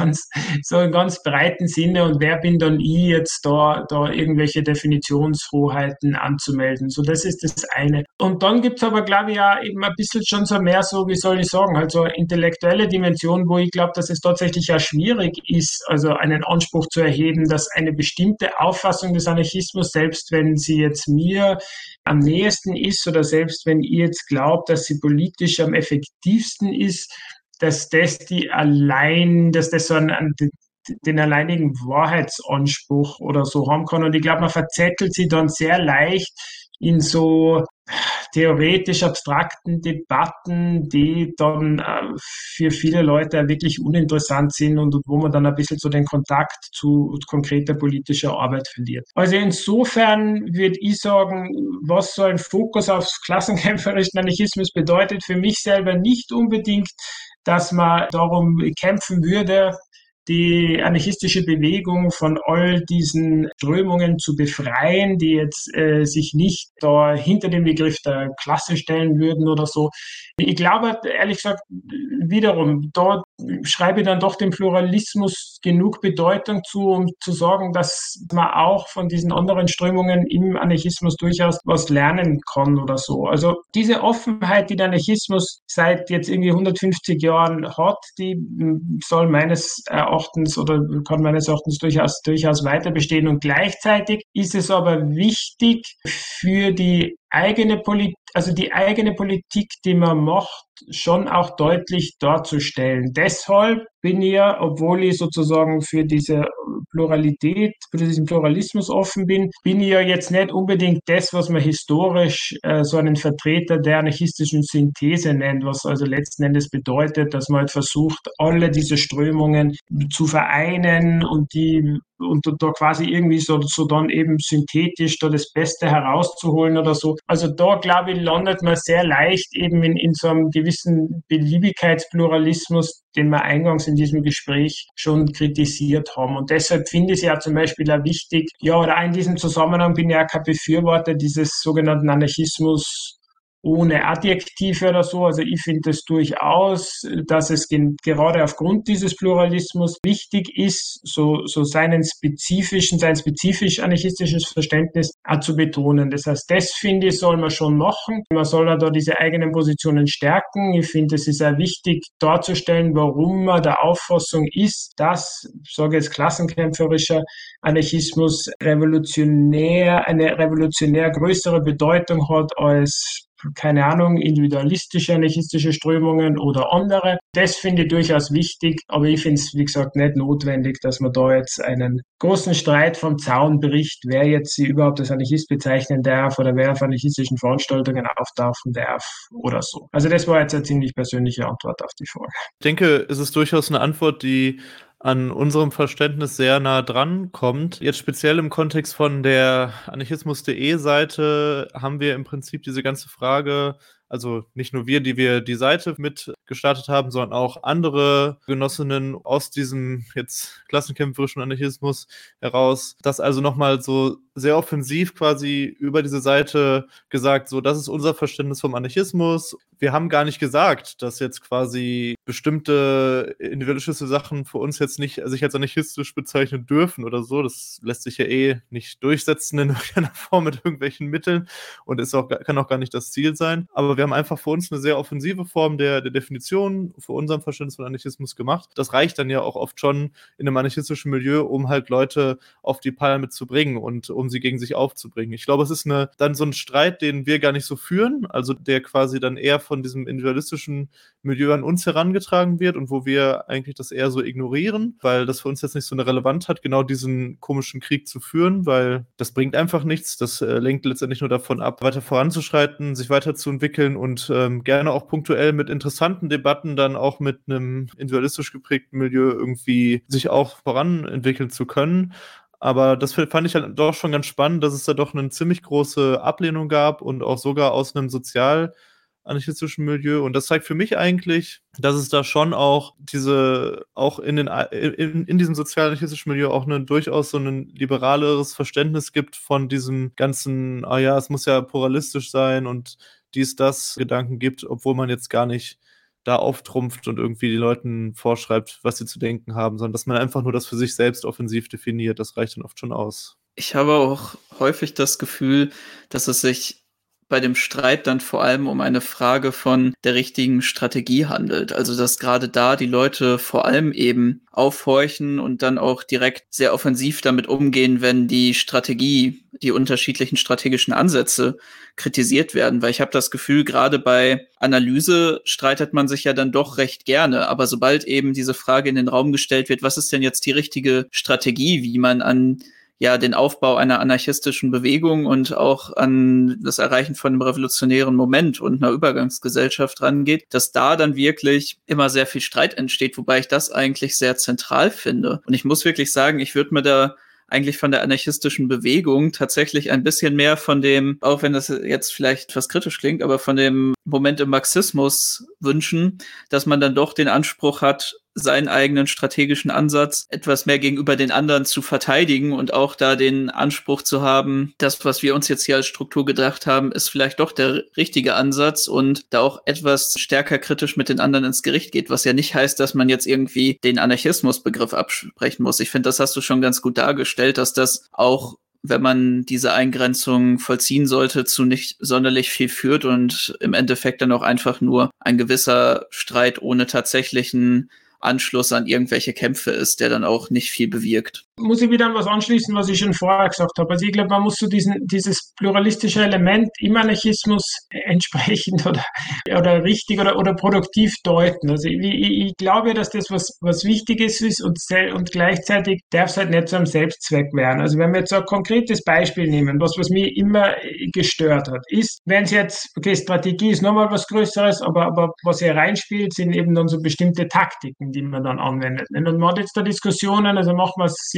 so im ganz breiten Sinne. Und wer bin dann ich jetzt da irgendwelche Definitionshoheiten anzumelden? So, das ist das eine. Und dann gibt's aber, glaube ich, ja eben ein bisschen schon so mehr so, wie soll ich sagen, halt so intellektuelle Dimension, wo ich glaube, dass es tatsächlich ja schwierig ist, also einen Anspruch zu erheben, dass eine bestimmte Auffassung des Anarchismus, selbst wenn sie jetzt mir am nächsten ist oder selbst wenn ihr jetzt glaubt, dass sie politisch am effektivsten ist, dass das so den alleinigen Wahrheitsanspruch oder so haben kann. Und ich glaube, man verzettelt sie dann sehr leicht in so theoretisch abstrakten Debatten, die dann für viele Leute wirklich uninteressant sind und wo man dann ein bisschen so den Kontakt zu konkreter politischer Arbeit verliert. Also insofern würde ich sagen, was so ein Fokus aufs klassenkämpferischen Anarchismus bedeutet, für mich selber nicht unbedingt, dass man darum kämpfen würde, die anarchistische Bewegung von all diesen Strömungen zu befreien, die jetzt sich nicht da hinter den Begriff der Klasse stellen würden oder so. Ich glaube, ehrlich gesagt, wiederum, dort schreibe ich dann doch dem Pluralismus genug Bedeutung zu, um zu sagen, dass man auch von diesen anderen Strömungen im Anarchismus durchaus was lernen kann oder so. Also diese Offenheit, die der Anarchismus seit jetzt irgendwie 150 Jahren hat, die soll meines Erachtens oder kann meines Erachtens durchaus weiter bestehen. Und gleichzeitig ist es aber wichtig für die eigene Politik, die man macht, schon auch deutlich darzustellen. Deshalb bin ich ja, obwohl ich sozusagen für diese Pluralität, für diesen Pluralismus offen bin ich ja jetzt nicht unbedingt das, was man historisch so einen Vertreter der anarchistischen Synthese nennt, was also letzten Endes bedeutet, dass man halt versucht, alle diese Strömungen zu vereinen und die da quasi irgendwie so dann eben synthetisch da das Beste herauszuholen oder so. Also da, glaube ich, landet man sehr leicht eben in so einem gewissen Beliebigkeitspluralismus, den wir eingangs in diesem Gespräch schon kritisiert haben. Und deshalb finde ich es ja zum Beispiel auch wichtig, ja, oder in diesem Zusammenhang bin ich ja kein Befürworter dieses sogenannten Anarchismus ohne Adjektive oder so. Also ich finde es durchaus, dass es gerade aufgrund dieses Pluralismus wichtig ist, so sein spezifisch anarchistisches Verständnis auch zu betonen. Das heißt, das finde ich, soll man schon machen. Man soll ja da diese eigenen Positionen stärken. Ich finde, es ist auch wichtig darzustellen, warum man der Auffassung ist, dass, ich sage jetzt klassenkämpferischer Anarchismus eine revolutionär größere Bedeutung hat als, keine Ahnung, individualistische, anarchistische Strömungen oder andere. Das finde ich durchaus wichtig, aber ich finde es, wie gesagt, nicht notwendig, dass man da jetzt einen großen Streit vom Zaun bricht, wer jetzt sie überhaupt als Anarchist bezeichnen darf oder wer auf anarchistischen Veranstaltungen auftauchen darf oder so. Also das war jetzt eine ziemlich persönliche Antwort auf die Frage. Ich denke, es ist durchaus eine Antwort, die an unserem Verständnis sehr nah dran kommt. Jetzt speziell im Kontext von der anarchismus.de Seite haben wir im Prinzip diese ganze Frage, also nicht nur wir, die Seite mit gestartet haben, sondern auch andere Genossinnen aus diesem jetzt klassenkämpferischen Anarchismus heraus, das also nochmal so sehr offensiv quasi über diese Seite gesagt, so, das ist unser Verständnis vom Anarchismus. Wir haben gar nicht gesagt, dass jetzt quasi bestimmte individualistische Sachen für uns jetzt nicht sich als anarchistisch bezeichnen dürfen oder so. Das lässt sich ja nicht durchsetzen in irgendeiner Form mit irgendwelchen Mitteln und kann auch gar nicht das Ziel sein. Aber wir haben einfach für uns eine sehr offensive Form der Definition für unser Verständnis von Anarchismus gemacht. Das reicht dann ja auch oft schon in einem anarchistischen Milieu, um halt Leute auf die Palme zu bringen und um sie gegen sich aufzubringen. Ich glaube, es ist dann so ein Streit, den wir gar nicht so führen, also der quasi dann eher von diesem individualistischen Milieu an uns herangetragen wird und wo wir eigentlich das eher so ignorieren, weil das für uns jetzt nicht so eine Relevanz hat, genau diesen komischen Krieg zu führen, weil das bringt einfach nichts. Das lenkt letztendlich nur davon ab, weiter voranzuschreiten, sich weiterzuentwickeln und gerne auch punktuell mit interessanten Debatten dann auch mit einem individualistisch geprägten Milieu irgendwie sich auch voranentwickeln zu können. Aber das fand ich halt doch schon ganz spannend, dass es da doch eine ziemlich große Ablehnung gab und auch sogar aus einem sozial-anarchistischen Milieu. Und das zeigt für mich eigentlich, dass es da schon auch in diesem sozial-anarchistischen Milieu auch durchaus so ein liberaleres Verständnis gibt von diesem ganzen, es muss ja pluralistisch sein und das Gedanken gibt, obwohl man jetzt gar nicht da auftrumpft und irgendwie den Leuten vorschreibt, was sie zu denken haben, sondern dass man einfach nur das für sich selbst offensiv definiert. Das reicht dann oft schon aus. Ich habe auch häufig das Gefühl, dass es sich bei dem Streit dann vor allem um eine Frage von der richtigen Strategie handelt. Also dass gerade da die Leute vor allem eben aufhorchen und dann auch direkt sehr offensiv damit umgehen, wenn die unterschiedlichen strategischen Ansätze kritisiert werden. Weil ich habe das Gefühl, gerade bei Analyse streitet man sich ja dann doch recht gerne. Aber sobald eben diese Frage in den Raum gestellt wird, was ist denn jetzt die richtige Strategie, wie man an den Aufbau einer anarchistischen Bewegung und auch an das Erreichen von einem revolutionären Moment und einer Übergangsgesellschaft rangeht, dass da dann wirklich immer sehr viel Streit entsteht, wobei ich das eigentlich sehr zentral finde. Und ich muss wirklich sagen, ich würde mir da eigentlich von der anarchistischen Bewegung tatsächlich ein bisschen mehr von dem, auch wenn das jetzt vielleicht etwas kritisch klingt, aber von dem Moment im Marxismus wünschen, dass man dann doch den Anspruch hat, seinen eigenen strategischen Ansatz etwas mehr gegenüber den anderen zu verteidigen und auch da den Anspruch zu haben, das, was wir uns jetzt hier als Struktur gedacht haben, ist vielleicht doch der richtige Ansatz und da auch etwas stärker kritisch mit den anderen ins Gericht geht, was ja nicht heißt, dass man jetzt irgendwie den Anarchismusbegriff absprechen muss. Ich finde, das hast du schon ganz gut dargestellt, dass das auch, wenn man diese Eingrenzung vollziehen sollte, zu nicht sonderlich viel führt und im Endeffekt dann auch einfach nur ein gewisser Streit ohne tatsächlichen Anschluss an irgendwelche Kämpfe ist, der dann auch nicht viel bewirkt. Muss ich wieder an was anschließen, was ich schon vorher gesagt habe. Also ich glaube, man muss so dieses pluralistische Element im Anarchismus entsprechend oder richtig oder produktiv deuten. Also ich glaube, dass das was Wichtiges ist und gleichzeitig darf es halt nicht zu einem Selbstzweck werden. Also wenn wir jetzt so ein konkretes Beispiel nehmen, was mich immer gestört hat, ist, wenn es jetzt, okay, Strategie ist nochmal was Größeres, aber was hier reinspielt, sind eben dann so bestimmte Taktiken, die man dann anwendet. Und man hat jetzt da Diskussionen, also machen wir es jetzt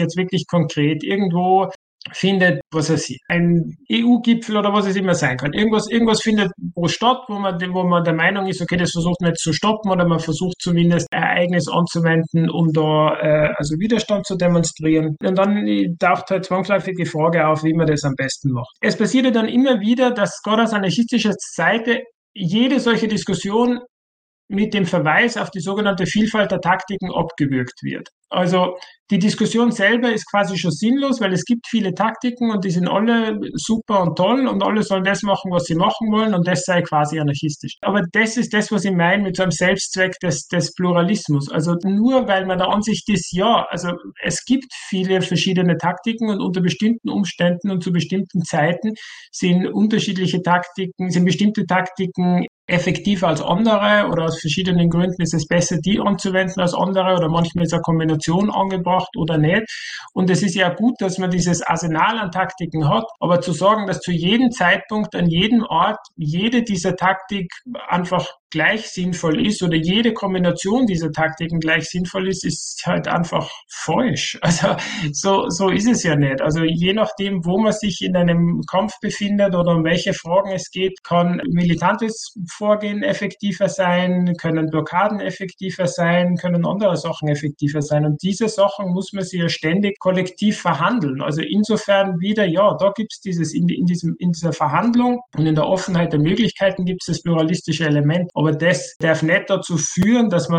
jetzt wirklich konkret, irgendwo findet, was weiß ich, ein EU-Gipfel oder was es immer sein kann. Irgendwas findet wo statt, wo man der Meinung ist, okay, das versucht man jetzt zu stoppen oder man versucht zumindest ein Ereignis anzuwenden, um da also Widerstand zu demonstrieren. Und dann taucht halt zwangsläufig die Frage auf, wie man das am besten macht. Es passiert ja dann immer wieder, dass gerade aus anarchistischer Seite jede solche Diskussion mit dem Verweis auf die sogenannte Vielfalt der Taktiken abgewürgt wird. Also die Diskussion selber ist quasi schon sinnlos, weil es gibt viele Taktiken und die sind alle super und toll und alle sollen das machen, was sie machen wollen und das sei quasi anarchistisch. Aber das ist das, was ich meine mit so einem Selbstzweck des Pluralismus. Also nur weil man der Ansicht ist, ja, also es gibt viele verschiedene Taktiken und unter bestimmten Umständen und zu bestimmten Zeiten sind bestimmte Taktiken effektiver als andere oder aus verschiedenen Gründen ist es besser, die anzuwenden als andere oder manchmal ist eine Kombination angebracht oder nicht. Und es ist ja gut, dass man dieses Arsenal an Taktiken hat, aber zu sagen, dass zu jedem Zeitpunkt, an jedem Ort, jede dieser Taktik einfach gleich sinnvoll ist oder jede Kombination dieser Taktiken gleich sinnvoll ist halt einfach falsch. Also so ist es ja nicht. Also je nachdem, wo man sich in einem Kampf befindet oder um welche Fragen es geht, kann militantes Vorgehen effektiver sein, können Blockaden effektiver sein, können andere Sachen effektiver sein. Und diese Sachen muss man sich ja ständig kollektiv verhandeln. Also insofern wieder, ja, da gibt es in dieser Verhandlung und in der Offenheit der Möglichkeiten gibt es das pluralistische Element. Aber das darf nicht dazu führen, dass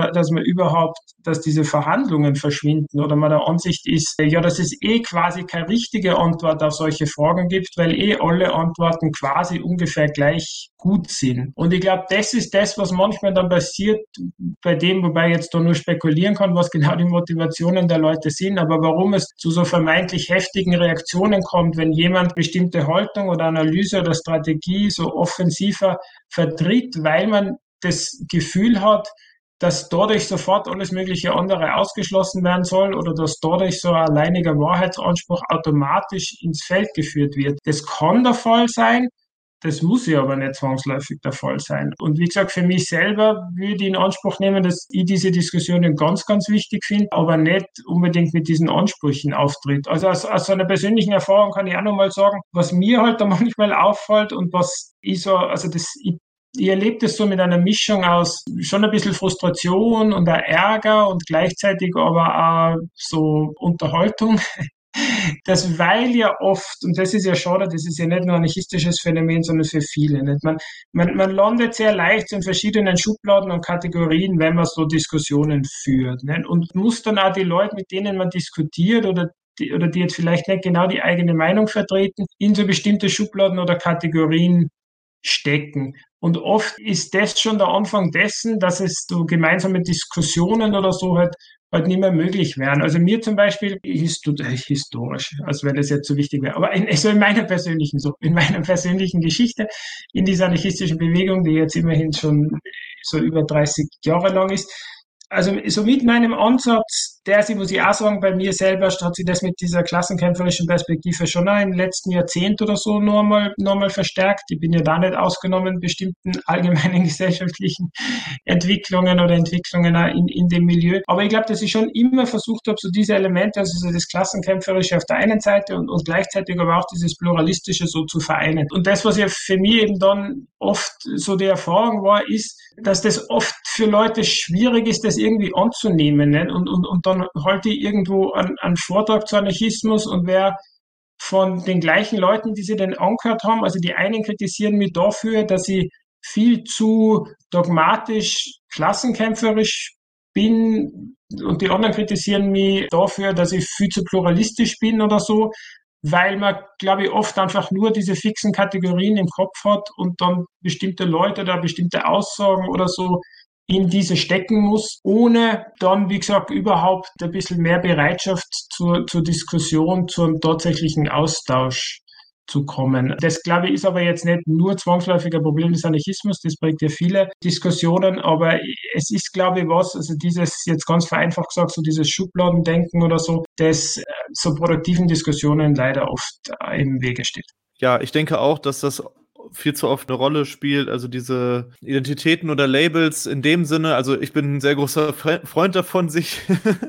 diese Verhandlungen verschwinden oder man der Ansicht ist, ja, dass es quasi keine richtige Antwort auf solche Fragen gibt, weil alle Antworten quasi ungefähr gleich gut sind. Und ich glaube, das ist das, was manchmal dann passiert bei dem, wobei ich jetzt da nur spekulieren kann, was genau die Motivationen der Leute sind, aber warum es zu so vermeintlich heftigen Reaktionen kommt, wenn jemand bestimmte Haltung oder Analyse oder Strategie so offensiver vertritt, weil man das Gefühl hat, dass dadurch sofort alles mögliche andere ausgeschlossen werden soll oder dass dadurch so ein alleiniger Wahrheitsanspruch automatisch ins Feld geführt wird. Das kann der Fall sein, das muss ja aber nicht zwangsläufig der Fall sein. Und wie gesagt, für mich selber würde ich in Anspruch nehmen, dass ich diese Diskussionen ganz, ganz wichtig finde, aber nicht unbedingt mit diesen Ansprüchen auftritt. Also aus so einer persönlichen Erfahrung kann ich auch nochmal sagen, was mir halt da manchmal auffällt und was ich so, also ich erlebe das so mit einer Mischung aus schon ein bisschen Frustration und auch Ärger und gleichzeitig aber auch so Unterhaltung. Das weil ja oft, und das ist ja schade, das ist ja nicht nur ein anarchistisches Phänomen, sondern für viele. Nicht? Man landet sehr leicht in verschiedenen Schubladen und Kategorien, wenn man so Diskussionen führt. Nicht? Und muss dann auch die Leute, mit denen man diskutiert oder die jetzt vielleicht nicht genau die eigene Meinung vertreten, in so bestimmte Schubladen oder Kategorien stecken. Und oft ist das schon der Anfang dessen, dass es so gemeinsame Diskussionen oder so halt nicht mehr möglich wären. Also mir zum Beispiel historisch, als wenn das jetzt so wichtig wäre, aber in meiner persönlichen Geschichte, in dieser anarchistischen Bewegung, die jetzt immerhin schon so über 30 Jahre lang ist, also so mit meinem Ansatz, muss ich auch sagen, bei mir selber hat sich das mit dieser klassenkämpferischen Perspektive schon auch im letzten Jahrzehnt oder so noch mal verstärkt. Ich bin ja da nicht ausgenommen, bestimmten allgemeinen gesellschaftlichen Entwicklungen oder Entwicklungen auch in dem Milieu. Aber ich glaube, dass ich schon immer versucht habe, so diese Elemente, also so das Klassenkämpferische auf der einen Seite und gleichzeitig aber auch dieses Pluralistische so zu vereinen. Und das, was ja für mich eben dann oft so die Erfahrung war, ist, dass das oft für Leute schwierig ist, das irgendwie anzunehmen. Nicht? Und dann halte ich irgendwo einen Vortrag zu Anarchismus und wer von den gleichen Leuten, die sie dann angehört haben, also die einen kritisieren mich dafür, dass ich viel zu dogmatisch, klassenkämpferisch bin und die anderen kritisieren mich dafür, dass ich viel zu pluralistisch bin oder so, weil man, glaube ich, oft einfach nur diese fixen Kategorien im Kopf hat und dann bestimmte Leute oder bestimmte Aussagen oder so in diese stecken muss, ohne dann, wie gesagt, überhaupt ein bisschen mehr Bereitschaft zur Diskussion, zum tatsächlichen Austausch zu kommen. Das, glaube ich, ist aber jetzt nicht nur zwangsläufig ein Problem des Anarchismus, das bringt ja viele Diskussionen, aber es ist, glaube ich, also dieses, jetzt ganz vereinfacht gesagt, so dieses Schubladendenken oder so, das so produktiven Diskussionen leider oft im Wege steht. Ja, ich denke auch, dass das viel zu oft eine Rolle spielt, also diese Identitäten oder Labels in dem Sinne, also ich bin ein sehr großer Freund davon, sich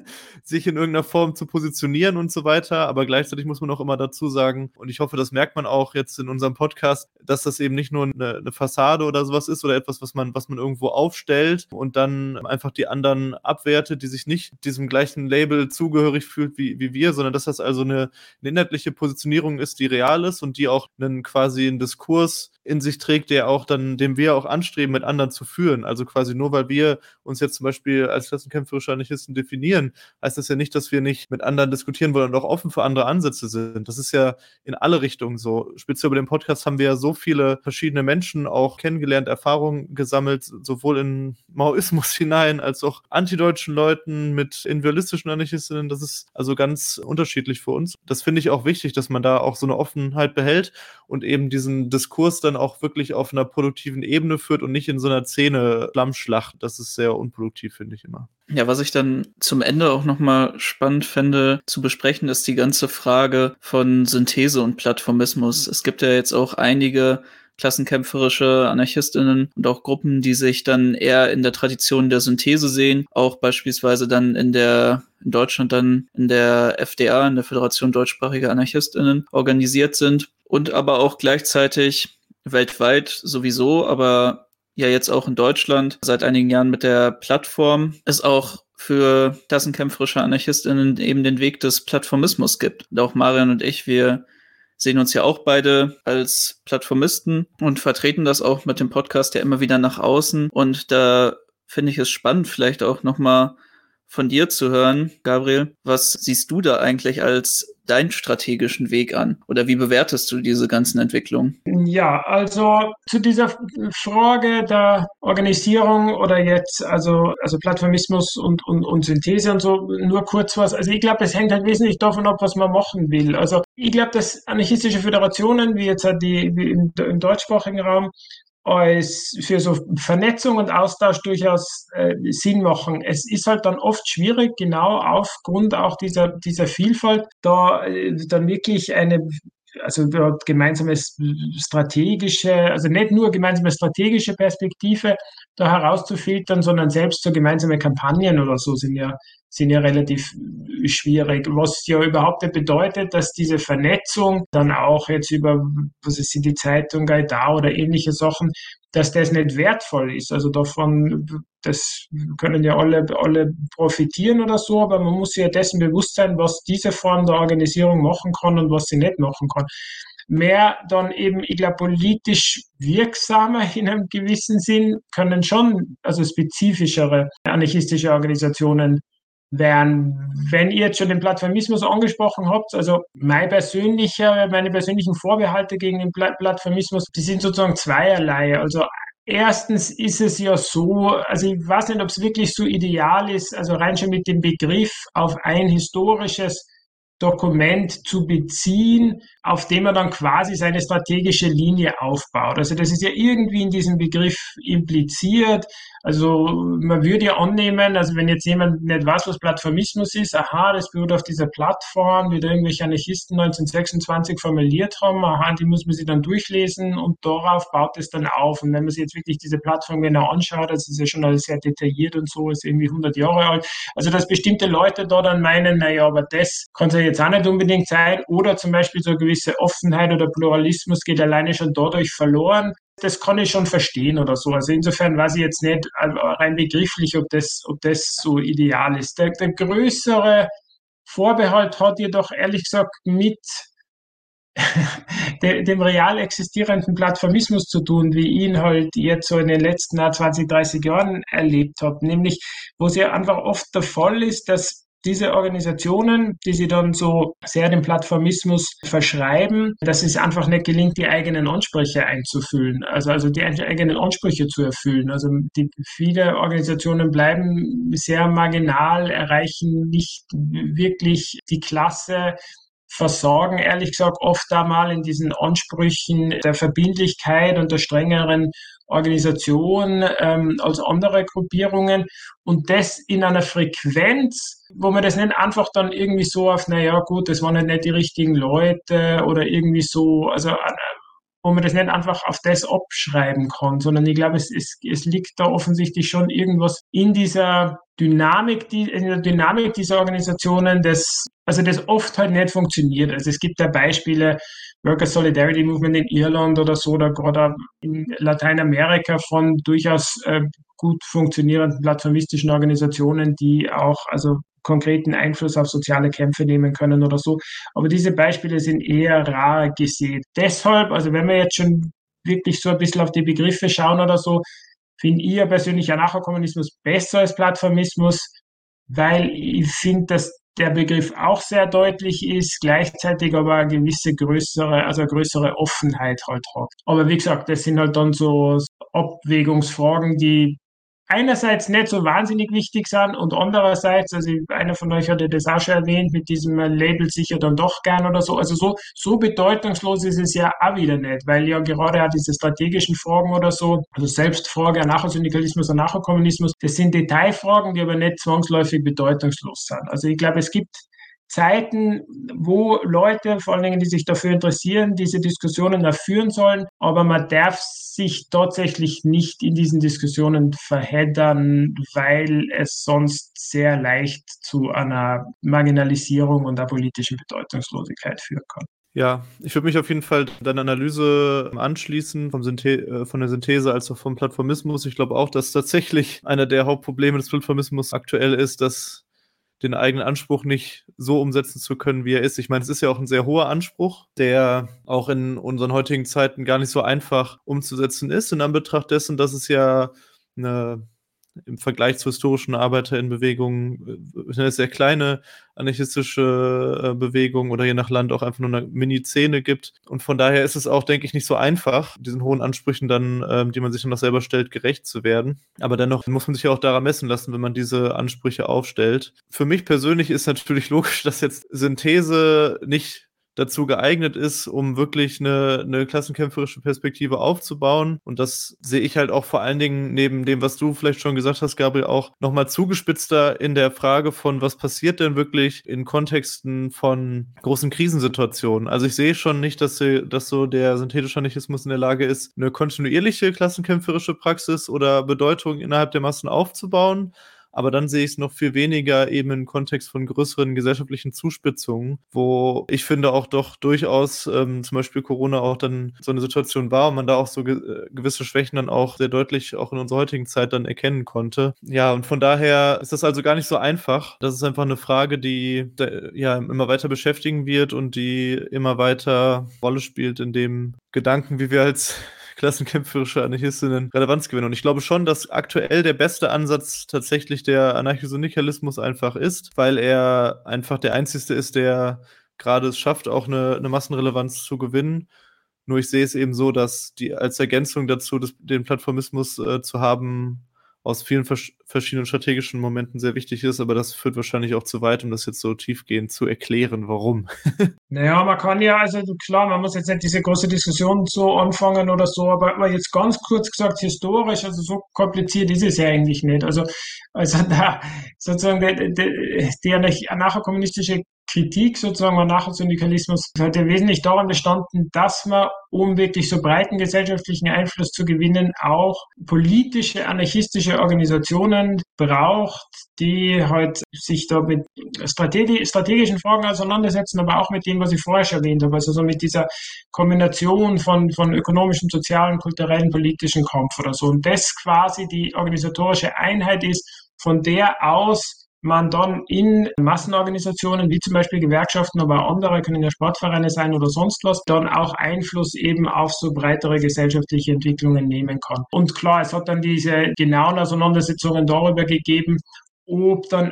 in irgendeiner Form zu positionieren und so weiter, aber gleichzeitig muss man auch immer dazu sagen, und ich hoffe, das merkt man auch jetzt in unserem Podcast, dass das eben nicht nur eine Fassade oder sowas ist oder etwas, was man irgendwo aufstellt und dann einfach die anderen abwertet, die sich nicht diesem gleichen Label zugehörig fühlt wie wir, sondern dass das also eine inhaltliche Positionierung ist, die real ist und die auch quasi einen Diskurs in sich trägt, den wir auch anstreben, mit anderen zu führen. Also quasi nur, weil wir uns jetzt zum Beispiel als klassenkämpferische Anarchisten definieren, heißt das ja nicht, dass wir nicht mit anderen diskutieren wollen und auch offen für andere Ansätze sind. Das ist ja in alle Richtungen so. Speziell bei dem Podcast haben wir ja so viele verschiedene Menschen auch kennengelernt, Erfahrungen gesammelt, sowohl in Maoismus hinein, als auch antideutschen Leuten mit individualistischen Anarchistinnen. Das ist also ganz unterschiedlich für uns. Das finde ich auch wichtig, dass man da auch so eine Offenheit behält und eben diesen Diskurs dann auch wirklich auf einer produktiven Ebene führt und nicht in so einer Szene-Flammschlacht. Das ist sehr unproduktiv, finde ich immer. Ja, was ich dann zum Ende auch nochmal spannend fände zu besprechen, ist die ganze Frage von Synthese und Plattformismus. Es gibt ja jetzt auch einige klassenkämpferische AnarchistInnen und auch Gruppen, die sich dann eher in der Tradition der Synthese sehen, auch beispielsweise dann in Deutschland dann in der FDA, in der Föderation deutschsprachiger AnarchistInnen organisiert sind und aber auch gleichzeitig weltweit sowieso, aber ja jetzt auch in Deutschland seit einigen Jahren mit der Plattform es auch für klassenkämpferische AnarchistInnen eben den Weg des Plattformismus gibt. Und auch Marian und ich, wir sehen uns ja auch beide als Plattformisten und vertreten das auch mit dem Podcast ja immer wieder nach außen. Und da finde ich es spannend, vielleicht auch nochmal von dir zu hören, Gabriel. Was siehst du da eigentlich als deinen strategischen Weg an? Oder wie bewertest du diese ganzen Entwicklungen? Ja, also zu dieser Frage der Organisierung oder jetzt, also Plattformismus und Synthese und so, nur kurz was. Also ich glaube, es hängt halt wesentlich davon ab, was man machen will. Also ich glaube, dass anarchistische Föderationen, wie jetzt halt wie im deutschsprachigen Raum, als für so Vernetzung und Austausch durchaus Sinn machen. Es ist halt dann oft schwierig, genau aufgrund auch dieser Vielfalt, da dann wirklich also gemeinsame strategische, also nicht nur gemeinsame strategische Perspektive da herauszufiltern, sondern selbst so gemeinsame Kampagnen oder so sind ja relativ schwierig. Was ja überhaupt nicht bedeutet, dass diese Vernetzung dann auch jetzt über, was ist die Zeitung, Gaidar oder ähnliche Sachen, dass das nicht wertvoll ist. Also davon, das können ja alle profitieren oder so, aber man muss sich ja dessen bewusst sein, was diese Form der Organisierung machen kann und was sie nicht machen kann. Mehr dann eben, ich glaube, politisch wirksamer in einem gewissen Sinn können schon, also spezifischere anarchistische Organisationen werden. Wenn ihr jetzt schon den Plattformismus angesprochen habt, also meine persönlichen Vorbehalte gegen den Plattformismus, die sind sozusagen zweierlei. Also erstens ist es ja so, also ich weiß nicht, ob es wirklich so ideal ist, also rein schon mit dem Begriff auf ein historisches Dokument zu beziehen, auf dem er dann quasi seine strategische Linie aufbaut. Also das ist ja irgendwie in diesem Begriff impliziert. Also man würde ja annehmen, also wenn jetzt jemand nicht weiß, was Plattformismus ist, aha, das beruht auf dieser Plattform, wie da irgendwelche Anarchisten 1926 formuliert haben, aha, die muss man sich dann durchlesen und darauf baut es dann auf. Und wenn man sich jetzt wirklich diese Plattform genau anschaut, das ist ja schon alles sehr detailliert und so, ist irgendwie 100 Jahre alt. Also dass bestimmte Leute da dann meinen, naja, aber das kann es ja jetzt auch nicht unbedingt sein. Oder zum Beispiel so eine gewisse Offenheit oder Pluralismus geht alleine schon dadurch verloren. Das kann ich schon verstehen oder so. Also insofern weiß ich jetzt nicht rein begrifflich, ob das so ideal ist. Der größere Vorbehalt hat jedoch ehrlich gesagt mit dem real existierenden Plattformismus zu tun, wie ich ihn halt jetzt so in den letzten 20, 30 Jahren erlebt habe. Nämlich, wo es ja einfach oft der Fall ist, dass diese Organisationen, die sie dann so sehr dem Plattformismus verschreiben, dass es einfach nicht gelingt, die eigenen Ansprüche einzufüllen, also die eigenen Ansprüche zu erfüllen. Also viele Organisationen bleiben sehr marginal, erreichen nicht wirklich die Klasse, versorgen, ehrlich gesagt, oft einmal in diesen Ansprüchen der Verbindlichkeit und der strengeren Organisation als andere Gruppierungen und das in einer Frequenz, wo man das nicht einfach dann irgendwie so auf, naja gut, das waren halt nicht die richtigen Leute oder irgendwie so, also wo man das nicht einfach auf das abschreiben kann, sondern ich glaube, es liegt da offensichtlich schon irgendwas in dieser Dynamik dieser Organisationen, das oft halt nicht funktioniert. Also es gibt ja Beispiele, Worker Solidarity Movement in Irland oder so, oder gerade in Lateinamerika von durchaus gut funktionierenden plattformistischen Organisationen, die auch also konkreten Einfluss auf soziale Kämpfe nehmen können oder so. Aber diese Beispiele sind eher rar gesät. Deshalb, also wenn wir jetzt schon wirklich so ein bisschen auf die Begriffe schauen oder so, finde ich ja persönlich Anarchokommunismus besser als Plattformismus, weil ich finde, dass der Begriff auch sehr deutlich ist, gleichzeitig aber eine gewisse größere Offenheit halt hat. Aber wie gesagt, das sind halt dann so Abwägungsfragen, die einerseits nicht so wahnsinnig wichtig sind und andererseits, also einer von euch hatte das auch schon erwähnt, mit diesem Label sicher dann doch gern oder so. Also so bedeutungslos ist es ja auch wieder nicht, weil ja gerade auch diese strategischen Fragen oder so, also Selbstfrage, Anarchosyndikalismus, Anarchokommunismus, das sind Detailfragen, die aber nicht zwangsläufig bedeutungslos sind. Also ich glaube, es gibt Zeiten, wo Leute, vor allen Dingen, die sich dafür interessieren, diese Diskussionen auch führen sollen, aber man darf sich tatsächlich nicht in diesen Diskussionen verheddern, weil es sonst sehr leicht zu einer Marginalisierung und einer politischen Bedeutungslosigkeit führen kann. Ja, ich würde mich auf jeden Fall deiner Analyse anschließen, von der Synthese als auch vom Plattformismus. Ich glaube auch, dass tatsächlich einer der Hauptprobleme des Plattformismus aktuell ist, dass den eigenen Anspruch nicht so umsetzen zu können, wie er ist. Ich meine, es ist ja auch ein sehr hoher Anspruch, der auch in unseren heutigen Zeiten gar nicht so einfach umzusetzen ist, in Anbetracht dessen, dass es ja im Vergleich zur historischen Arbeiterinnenbewegung eine sehr kleine anarchistische Bewegung oder je nach Land auch einfach nur eine Mini-Szene gibt. Und von daher ist es auch, denke ich, nicht so einfach, diesen hohen Ansprüchen dann, die man sich dann noch selber stellt, gerecht zu werden. Aber dennoch muss man sich ja auch daran messen lassen, wenn man diese Ansprüche aufstellt. Für mich persönlich ist natürlich logisch, dass jetzt Synthese nicht dazu geeignet ist, um wirklich eine klassenkämpferische Perspektive aufzubauen. Und das sehe ich halt auch vor allen Dingen neben dem, was du vielleicht schon gesagt hast, Gabriel, auch nochmal zugespitzter in der Frage von, was passiert denn wirklich in Kontexten von großen Krisensituationen. Also ich sehe schon nicht, dass so der synthetische Anarchismus in der Lage ist, eine kontinuierliche klassenkämpferische Praxis oder Bedeutung innerhalb der Massen aufzubauen. Aber dann sehe ich es noch viel weniger eben im Kontext von größeren gesellschaftlichen Zuspitzungen, wo ich finde auch doch durchaus zum Beispiel Corona auch dann so eine Situation war und man da auch so gewisse Schwächen dann auch sehr deutlich auch in unserer heutigen Zeit dann erkennen konnte. Ja, und von daher ist das also gar nicht so einfach. Das ist einfach eine Frage, die ja immer weiter beschäftigen wird und die immer weiter Rolle spielt in dem Gedanken, wie wir als klassenkämpferische Anarchistinnen Relevanz gewinnen. Und ich glaube schon, dass aktuell der beste Ansatz tatsächlich der Anarchosyndikalismus einfach ist, weil er einfach der einzige ist, der gerade es schafft, auch eine Massenrelevanz zu gewinnen. Nur ich sehe es eben so, dass die als Ergänzung dazu, den Plattformismus zu haben, aus vielen verschiedenen strategischen Momenten sehr wichtig ist, aber das führt wahrscheinlich auch zu weit, um das jetzt so tiefgehend zu erklären, warum. Naja, man kann ja, also klar, man muss jetzt nicht diese große Diskussion so anfangen oder so, aber jetzt ganz kurz gesagt, historisch, also so kompliziert ist es ja eigentlich nicht. Also da sozusagen die anarchokommunistische Kritik sozusagen am Anarchosyndikalismus hat ja wesentlich daran bestanden, dass man, um wirklich so breiten gesellschaftlichen Einfluss zu gewinnen, auch politische, anarchistische Organisationen braucht, die halt sich da mit strategischen Fragen auseinandersetzen, aber auch mit dem, was ich vorher schon erwähnt habe, also so mit dieser Kombination von ökonomischem, sozialen, kulturellen, politischen Kampf oder so. Und das quasi die organisatorische Einheit ist, von der aus man dann in Massenorganisationen, wie zum Beispiel Gewerkschaften, aber auch andere, können ja Sportvereine sein oder sonst was, dann auch Einfluss eben auf so breitere gesellschaftliche Entwicklungen nehmen kann. Und klar, es hat dann diese genauen Auseinandersetzungen darüber gegeben, ob dann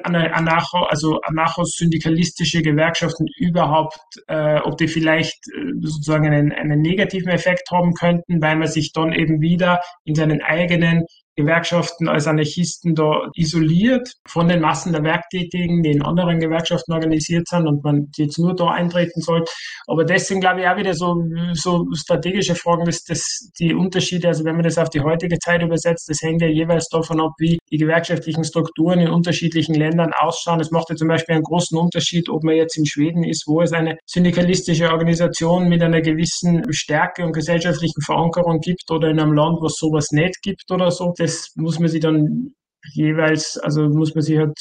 anarchosyndikalistische Gewerkschaften überhaupt, ob die vielleicht sozusagen einen negativen Effekt haben könnten, weil man sich dann eben wieder in seinen eigenen Gewerkschaften als Anarchisten da isoliert von den Massen der Werktätigen, die in anderen Gewerkschaften organisiert sind und man jetzt nur da eintreten soll. Aber das sind, glaube ich, auch wieder so strategische Fragen, dass die Unterschiede, also wenn man das auf die heutige Zeit übersetzt, das hängt ja jeweils davon ab, wie die gewerkschaftlichen Strukturen in unterschiedlichen Ländern ausschauen. Es macht ja zum Beispiel einen großen Unterschied, ob man jetzt in Schweden ist, wo es eine syndikalistische Organisation mit einer gewissen Stärke und gesellschaftlichen Verankerung gibt, oder in einem Land, wo es sowas nicht gibt oder so. Das muss man sich dann jeweils, also muss man sich halt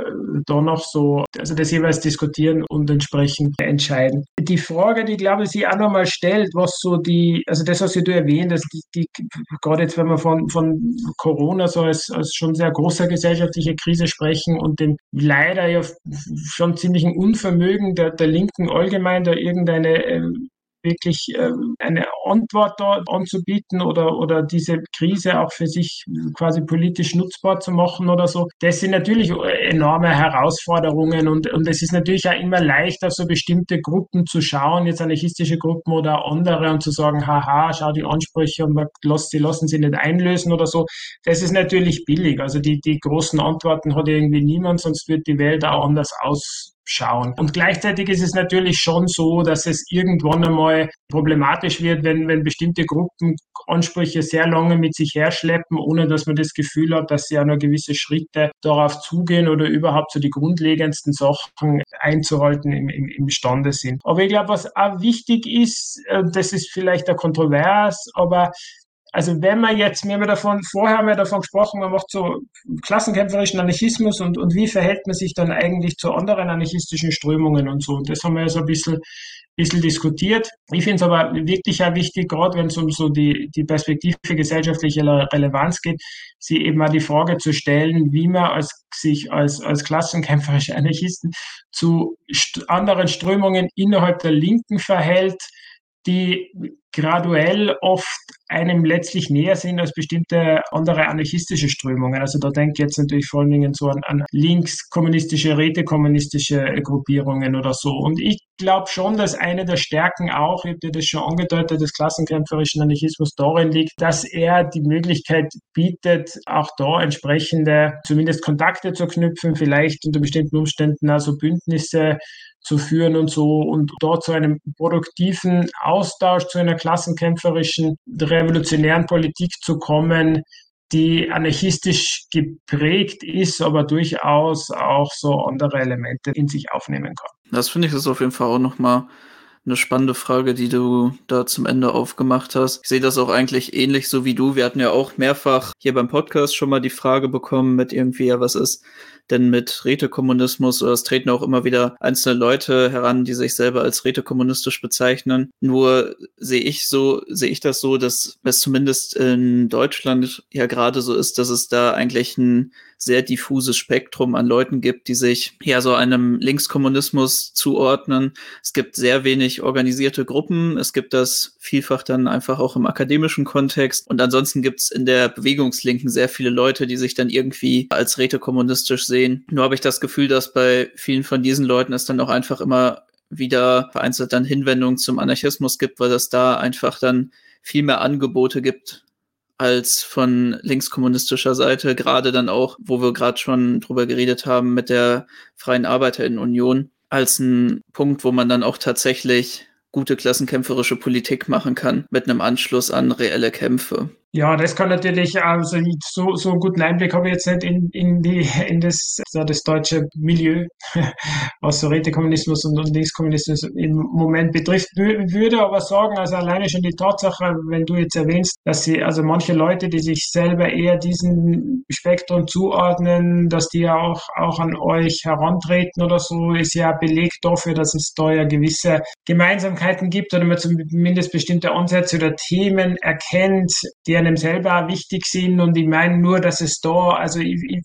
da noch so, also das jeweils diskutieren und entsprechend entscheiden. Die Frage, die, glaube ich, sich auch nochmal stellt, was so also das, was du erwähnt hast, gerade jetzt, wenn wir von Corona so als schon sehr großer gesellschaftliche Krise sprechen und dem leider ja schon ziemlichen Unvermögen der Linken allgemein, da irgendeine wirklich eine Antwort da anzubieten oder diese Krise auch für sich quasi politisch nutzbar zu machen oder so. Das sind natürlich enorme Herausforderungen und es ist natürlich auch immer leicht, auf so bestimmte Gruppen zu schauen, jetzt anarchistische Gruppen oder andere, und zu sagen, haha, schau die Ansprüche und man lassen sie nicht einlösen oder so. Das ist natürlich billig. Also die großen Antworten hat irgendwie niemand, sonst wird die Welt auch anders ausschauen. Und gleichzeitig ist es natürlich schon so, dass es irgendwann einmal problematisch wird, wenn bestimmte Gruppen Ansprüche sehr lange mit sich herschleppen, ohne dass man das Gefühl hat, dass sie auch noch gewisse Schritte darauf zugehen oder überhaupt so die grundlegendsten Sachen einzuhalten imstande sind. Aber ich glaube, was auch wichtig ist, das ist vielleicht auch kontrovers, aber also wenn man jetzt, vorher haben wir davon gesprochen, man macht so klassenkämpferischen Anarchismus und wie verhält man sich dann eigentlich zu anderen anarchistischen Strömungen und so. Und das haben wir ja so ein bisschen diskutiert. Ich finde es aber wirklich auch wichtig, gerade wenn es um so die Perspektive gesellschaftliche Relevanz geht, sie eben mal die Frage zu stellen, wie man sich als klassenkämpferische Anarchisten zu anderen Strömungen innerhalb der Linken verhält, die graduell oft einem letztlich näher sind als bestimmte andere anarchistische Strömungen. Also da denke ich jetzt natürlich vor allen Dingen so an linkskommunistische, rätekommunistische Gruppierungen oder so. Und ich glaube schon, dass eine der Stärken auch, ich habe dir das schon angedeutet, des klassenkämpferischen Anarchismus darin liegt, dass er die Möglichkeit bietet, auch da entsprechende zumindest Kontakte zu knüpfen, vielleicht unter bestimmten Umständen also Bündnisse zu führen und so, und dort zu einem produktiven Austausch, zu einer klassenkämpferischen, revolutionären Politik zu kommen, die anarchistisch geprägt ist, aber durchaus auch so andere Elemente in sich aufnehmen kann. Das finde ich ist auf jeden Fall auch nochmal eine spannende Frage, die du da zum Ende aufgemacht hast. Ich sehe das auch eigentlich ähnlich so wie du. Wir hatten ja auch mehrfach hier beim Podcast schon mal die Frage bekommen mit irgendwie, ja, was ist denn mit Rätekommunismus, oder es treten auch immer wieder einzelne Leute heran, die sich selber als rätekommunistisch bezeichnen. Nur sehe ich das so, dass es zumindest in Deutschland ja gerade so ist, dass es da eigentlich ein sehr diffuses Spektrum an Leuten gibt, die sich ja so einem Linkskommunismus zuordnen. Es gibt sehr wenig organisierte Gruppen. Es gibt das vielfach dann einfach auch im akademischen Kontext. Und ansonsten gibt es in der Bewegungslinken sehr viele Leute, die sich dann irgendwie als rätekommunistisch sehen. Nur habe ich das Gefühl, dass bei vielen von diesen Leuten es dann auch einfach immer wieder vereinzelt dann Hinwendungen zum Anarchismus gibt, weil es da einfach dann viel mehr Angebote gibt als von linkskommunistischer Seite, gerade dann auch, wo wir gerade schon drüber geredet haben mit der Freien Arbeiterinnenunion, als ein Punkt, wo man dann auch tatsächlich gute klassenkämpferische Politik machen kann, mit einem Anschluss an reelle Kämpfe. Ja, das kann natürlich, also so einen guten Einblick habe ich jetzt nicht in das deutsche Milieu, was so Rätekommunismus und Linkskommunismus im Moment betrifft, würde aber sagen, also alleine schon die Tatsache, wenn du jetzt erwähnst, dass sie, also manche Leute, die sich selber eher diesem Spektrum zuordnen, dass die ja auch an euch herantreten oder so, ist ja Beleg dafür, dass es da ja gewisse Gemeinsamkeiten gibt oder man zumindest bestimmte Ansätze oder Themen erkennt, die einem selber wichtig sind. Und ich meine nur, dass es da, also ich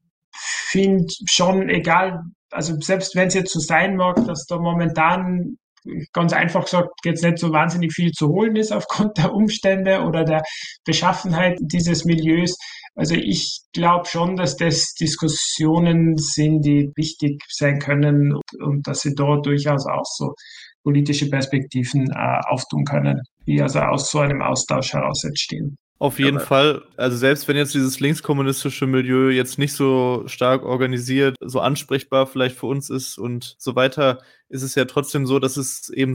finde schon, egal, also selbst wenn es jetzt so sein mag, dass da momentan ganz einfach gesagt jetzt nicht so wahnsinnig viel zu holen ist aufgrund der Umstände oder der Beschaffenheit dieses Milieus. Also ich glaube schon, dass das Diskussionen sind, die wichtig sein können und dass sie da durchaus auch so politische Perspektiven auftun können, die also aus so einem Austausch heraus entstehen. Auf jeden Fall. Also selbst wenn jetzt dieses linkskommunistische Milieu jetzt nicht so stark organisiert, so ansprechbar vielleicht für uns ist und so weiter, ist es ja trotzdem so, dass es eben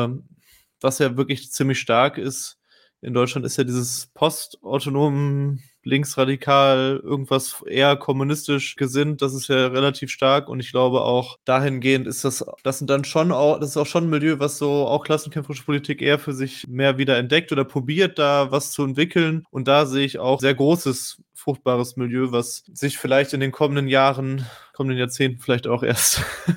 was ja wirklich ziemlich stark ist in Deutschland, ist ja dieses postautonomen linksradikal, irgendwas eher kommunistisch gesinnt, das ist ja relativ stark und ich glaube auch dahingehend ist das ist auch schon ein Milieu, was so auch klassenkämpferische Politik eher für sich mehr wieder entdeckt oder probiert, da was zu entwickeln und da sehe ich auch sehr großes, fruchtbares Milieu, was sich vielleicht in den kommenden Jahrzehnten vielleicht auch erst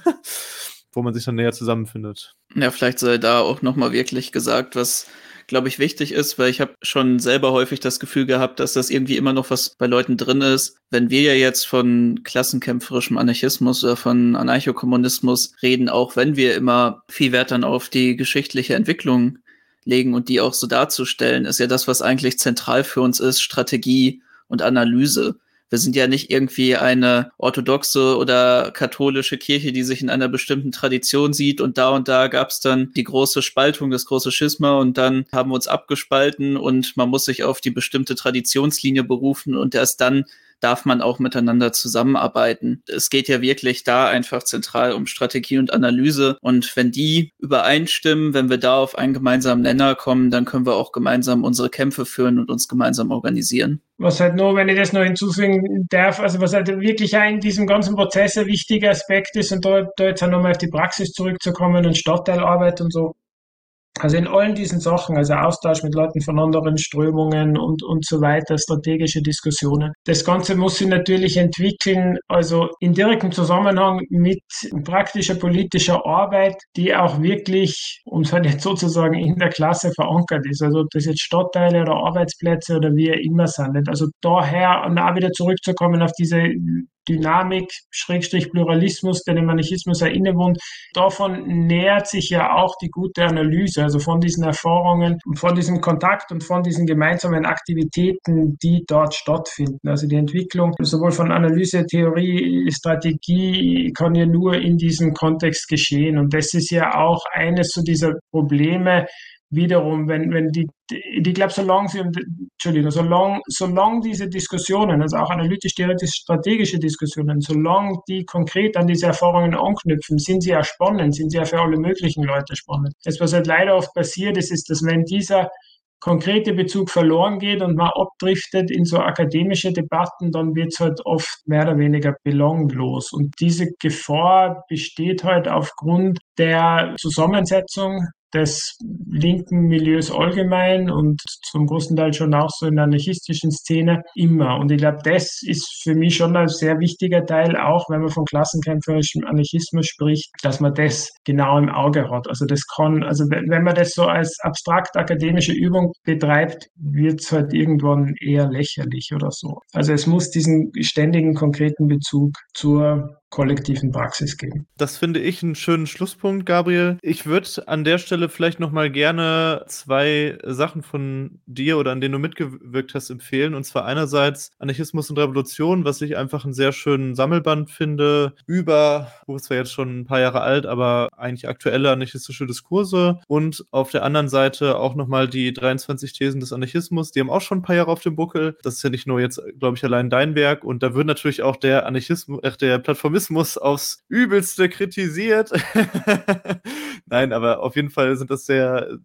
wo man sich dann näher zusammenfindet. Ja, vielleicht sei da auch nochmal wirklich gesagt, was, glaube ich, wichtig ist, weil ich habe schon selber häufig das Gefühl gehabt, dass das irgendwie immer noch was bei Leuten drin ist. Wenn wir ja jetzt von klassenkämpferischem Anarchismus oder von Anarchokommunismus reden, auch wenn wir immer viel Wert dann auf die geschichtliche Entwicklung legen und die auch so darzustellen, ist ja das, was eigentlich zentral für uns ist, Strategie und Analyse. Wir sind ja nicht irgendwie eine orthodoxe oder katholische Kirche, die sich in einer bestimmten Tradition sieht und da gab es dann die große Spaltung, das große Schisma und dann haben wir uns abgespalten und man muss sich auf die bestimmte Traditionslinie berufen und erst dann darf man auch miteinander zusammenarbeiten. Es geht ja wirklich da einfach zentral um Strategie und Analyse und wenn die übereinstimmen, wenn wir da auf einen gemeinsamen Nenner kommen, dann können wir auch gemeinsam unsere Kämpfe führen und uns gemeinsam organisieren. Was halt nur, wenn ich das noch hinzufügen darf, also was halt wirklich auch in diesem ganzen Prozess ein wichtiger Aspekt ist und da jetzt auch nochmal auf die Praxis zurückzukommen und Stadtteilarbeit und so. Also in allen diesen Sachen, also Austausch mit Leuten von anderen Strömungen und so weiter, strategische Diskussionen. Das Ganze muss sich natürlich entwickeln, also in direktem Zusammenhang mit praktischer politischer Arbeit, die auch wirklich, um es halt jetzt sozusagen in der Klasse verankert ist. Also ob das jetzt Stadtteile oder Arbeitsplätze oder wie immer sind. Also daher und auch wieder zurückzukommen auf diese Dynamik, Schrägstrich Pluralismus, der dem Anarchismus ja innewohnt. Davon nähert sich ja auch die gute Analyse, also von diesen Erfahrungen, von diesem Kontakt und von diesen gemeinsamen Aktivitäten, die dort stattfinden. Also die Entwicklung sowohl von Analyse, Theorie, Strategie kann ja nur in diesem Kontext geschehen. Und das ist ja auch eines so dieser Probleme, wiederum, wenn ich glaube, solange diese Diskussionen, also auch analytisch-strategische Diskussionen, solange die konkret an diese Erfahrungen anknüpfen, sind sie ja spannend, sind sie ja für alle möglichen Leute spannend. Das, was halt leider oft passiert ist, dass wenn dieser konkrete Bezug verloren geht und man abdriftet in so akademische Debatten, dann wird es halt oft mehr oder weniger belanglos. Und diese Gefahr besteht halt aufgrund der Zusammensetzung des linken Milieus allgemein und zum großen Teil schon auch so in der anarchistischen Szene immer. Und ich glaube, das ist für mich schon ein sehr wichtiger Teil, auch wenn man von klassenkämpferischem Anarchismus spricht, dass man das genau im Auge hat. Also wenn man das so als abstrakt akademische Übung betreibt, wird es halt irgendwann eher lächerlich oder so. Also es muss diesen ständigen, konkreten Bezug zur kollektiven Praxis geben. Das finde ich einen schönen Schlusspunkt, Gabriel. Ich würde an der Stelle vielleicht nochmal gerne 2 Sachen von dir oder an denen du mitgewirkt hast empfehlen. Und zwar einerseits Anarchismus und Revolution, was ich einfach einen sehr schönen Sammelband finde über, es war jetzt schon ein paar Jahre alt, aber eigentlich aktuelle anarchistische Diskurse. Und auf der anderen Seite auch nochmal die 23 Thesen des Anarchismus, die haben auch schon ein paar Jahre auf dem Buckel. Das ist ja nicht nur jetzt, glaube ich, allein dein Werk. Und da wird natürlich auch der Plattformismus aufs Übelste kritisiert. Nein, aber auf jeden Fall sind das sehr...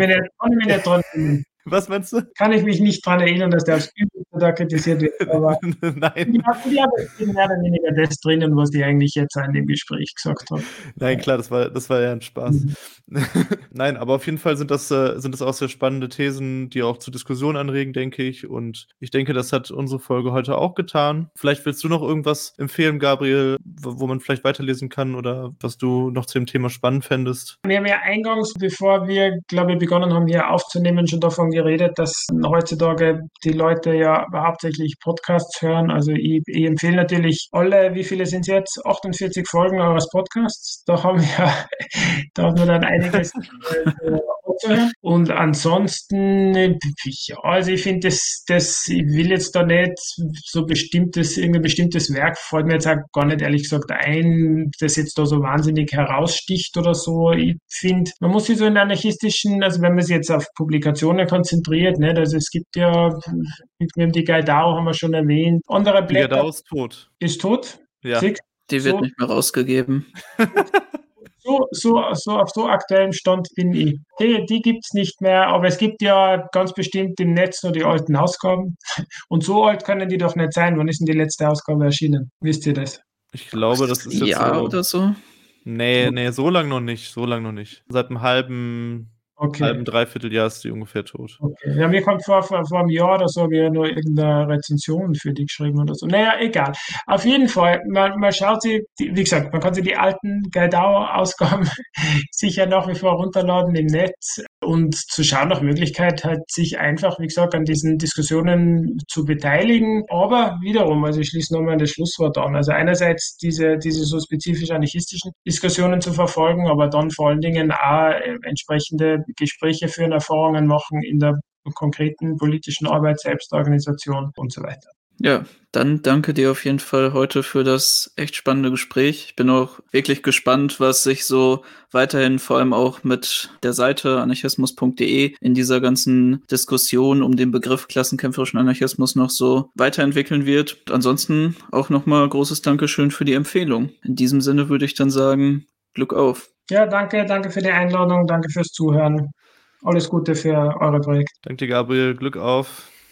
Was meinst du? Kann ich mich nicht daran erinnern, dass der aufs Übelste da kritisiert wird. Aber nein. Ich habe mehr oder weniger das drinnen, was ich eigentlich jetzt in dem Gespräch gesagt habe. Nein, klar, das war ja ein Spaß. Nein, aber auf jeden Fall sind das auch sehr spannende Thesen, die auch zur Diskussion anregen, denke ich. Und ich denke, das hat unsere Folge heute auch getan. Vielleicht willst du noch irgendwas empfehlen, Gabriel, wo man vielleicht weiterlesen kann oder was du noch zu dem Thema spannend fändest? Wir haben ja eingangs, bevor wir, glaube ich, begonnen haben, hier aufzunehmen, schon davon geredet, dass heutzutage die Leute ja hauptsächlich Podcasts hören. Also ich empfehle natürlich alle, wie viele sind es jetzt? 48 Folgen eures Podcasts. Da hat man dann einiges Und ansonsten, ja, also ich finde, ich will jetzt da nicht irgendein bestimmtes Werk, fällt mir jetzt auch gar nicht ehrlich gesagt ein, das jetzt da so wahnsinnig heraussticht oder so. Ich finde, man muss sich so in der anarchistischen, also wenn man sich jetzt auf Publikationen konzentriert, nicht? Also es gibt ja, mit die Gaidao haben wir schon erwähnt, andere Die Blätter. Gaidao ist tot. Ist tot? Ja. Siehst? Die wird nicht mehr rausgegeben. Auf so aktuellem Stand bin ich. Die gibt's nicht mehr, aber es gibt ja ganz bestimmt im Netz nur die alten Ausgaben. Und so alt können die doch nicht sein. Wann ist denn die letzte Ausgabe erschienen? Wisst ihr das? Ich glaube, das ist jetzt Jahr so. oder so. Nee, so lang noch nicht. Seit einem halben Dreivierteljahr ist die ungefähr tot. Okay. Ja, mir kommt vor einem Jahr oder so, wir nur irgendeine Rezension für die geschrieben oder so. Naja, egal. Auf jeden Fall, man schaut sich, wie gesagt, man kann sich die alten Gaidao-Ausgaben sicher nach wie vor runterladen im Netz und zu schauen nach Möglichkeit halt sich einfach, wie gesagt, an diesen Diskussionen zu beteiligen. Aber wiederum, also ich schließe nochmal das Schlusswort an. Also einerseits diese so spezifisch anarchistischen Diskussionen zu verfolgen, aber dann vor allen Dingen auch entsprechende Gespräche führen, Erfahrungen machen in der konkreten politischen Arbeit, Selbstorganisation und so weiter. Ja, dann danke dir auf jeden Fall heute für das echt spannende Gespräch. Ich bin auch wirklich gespannt, was sich so weiterhin vor allem auch mit der Seite anarchismus.de in dieser ganzen Diskussion um den Begriff klassenkämpferischen Anarchismus noch so weiterentwickeln wird. Und ansonsten auch nochmal großes Dankeschön für die Empfehlung. In diesem Sinne würde ich dann sagen, Glück auf. Ja, danke für die Einladung, danke fürs Zuhören. Alles Gute für eure Projekte. Danke dir, Gabriel. Glück auf.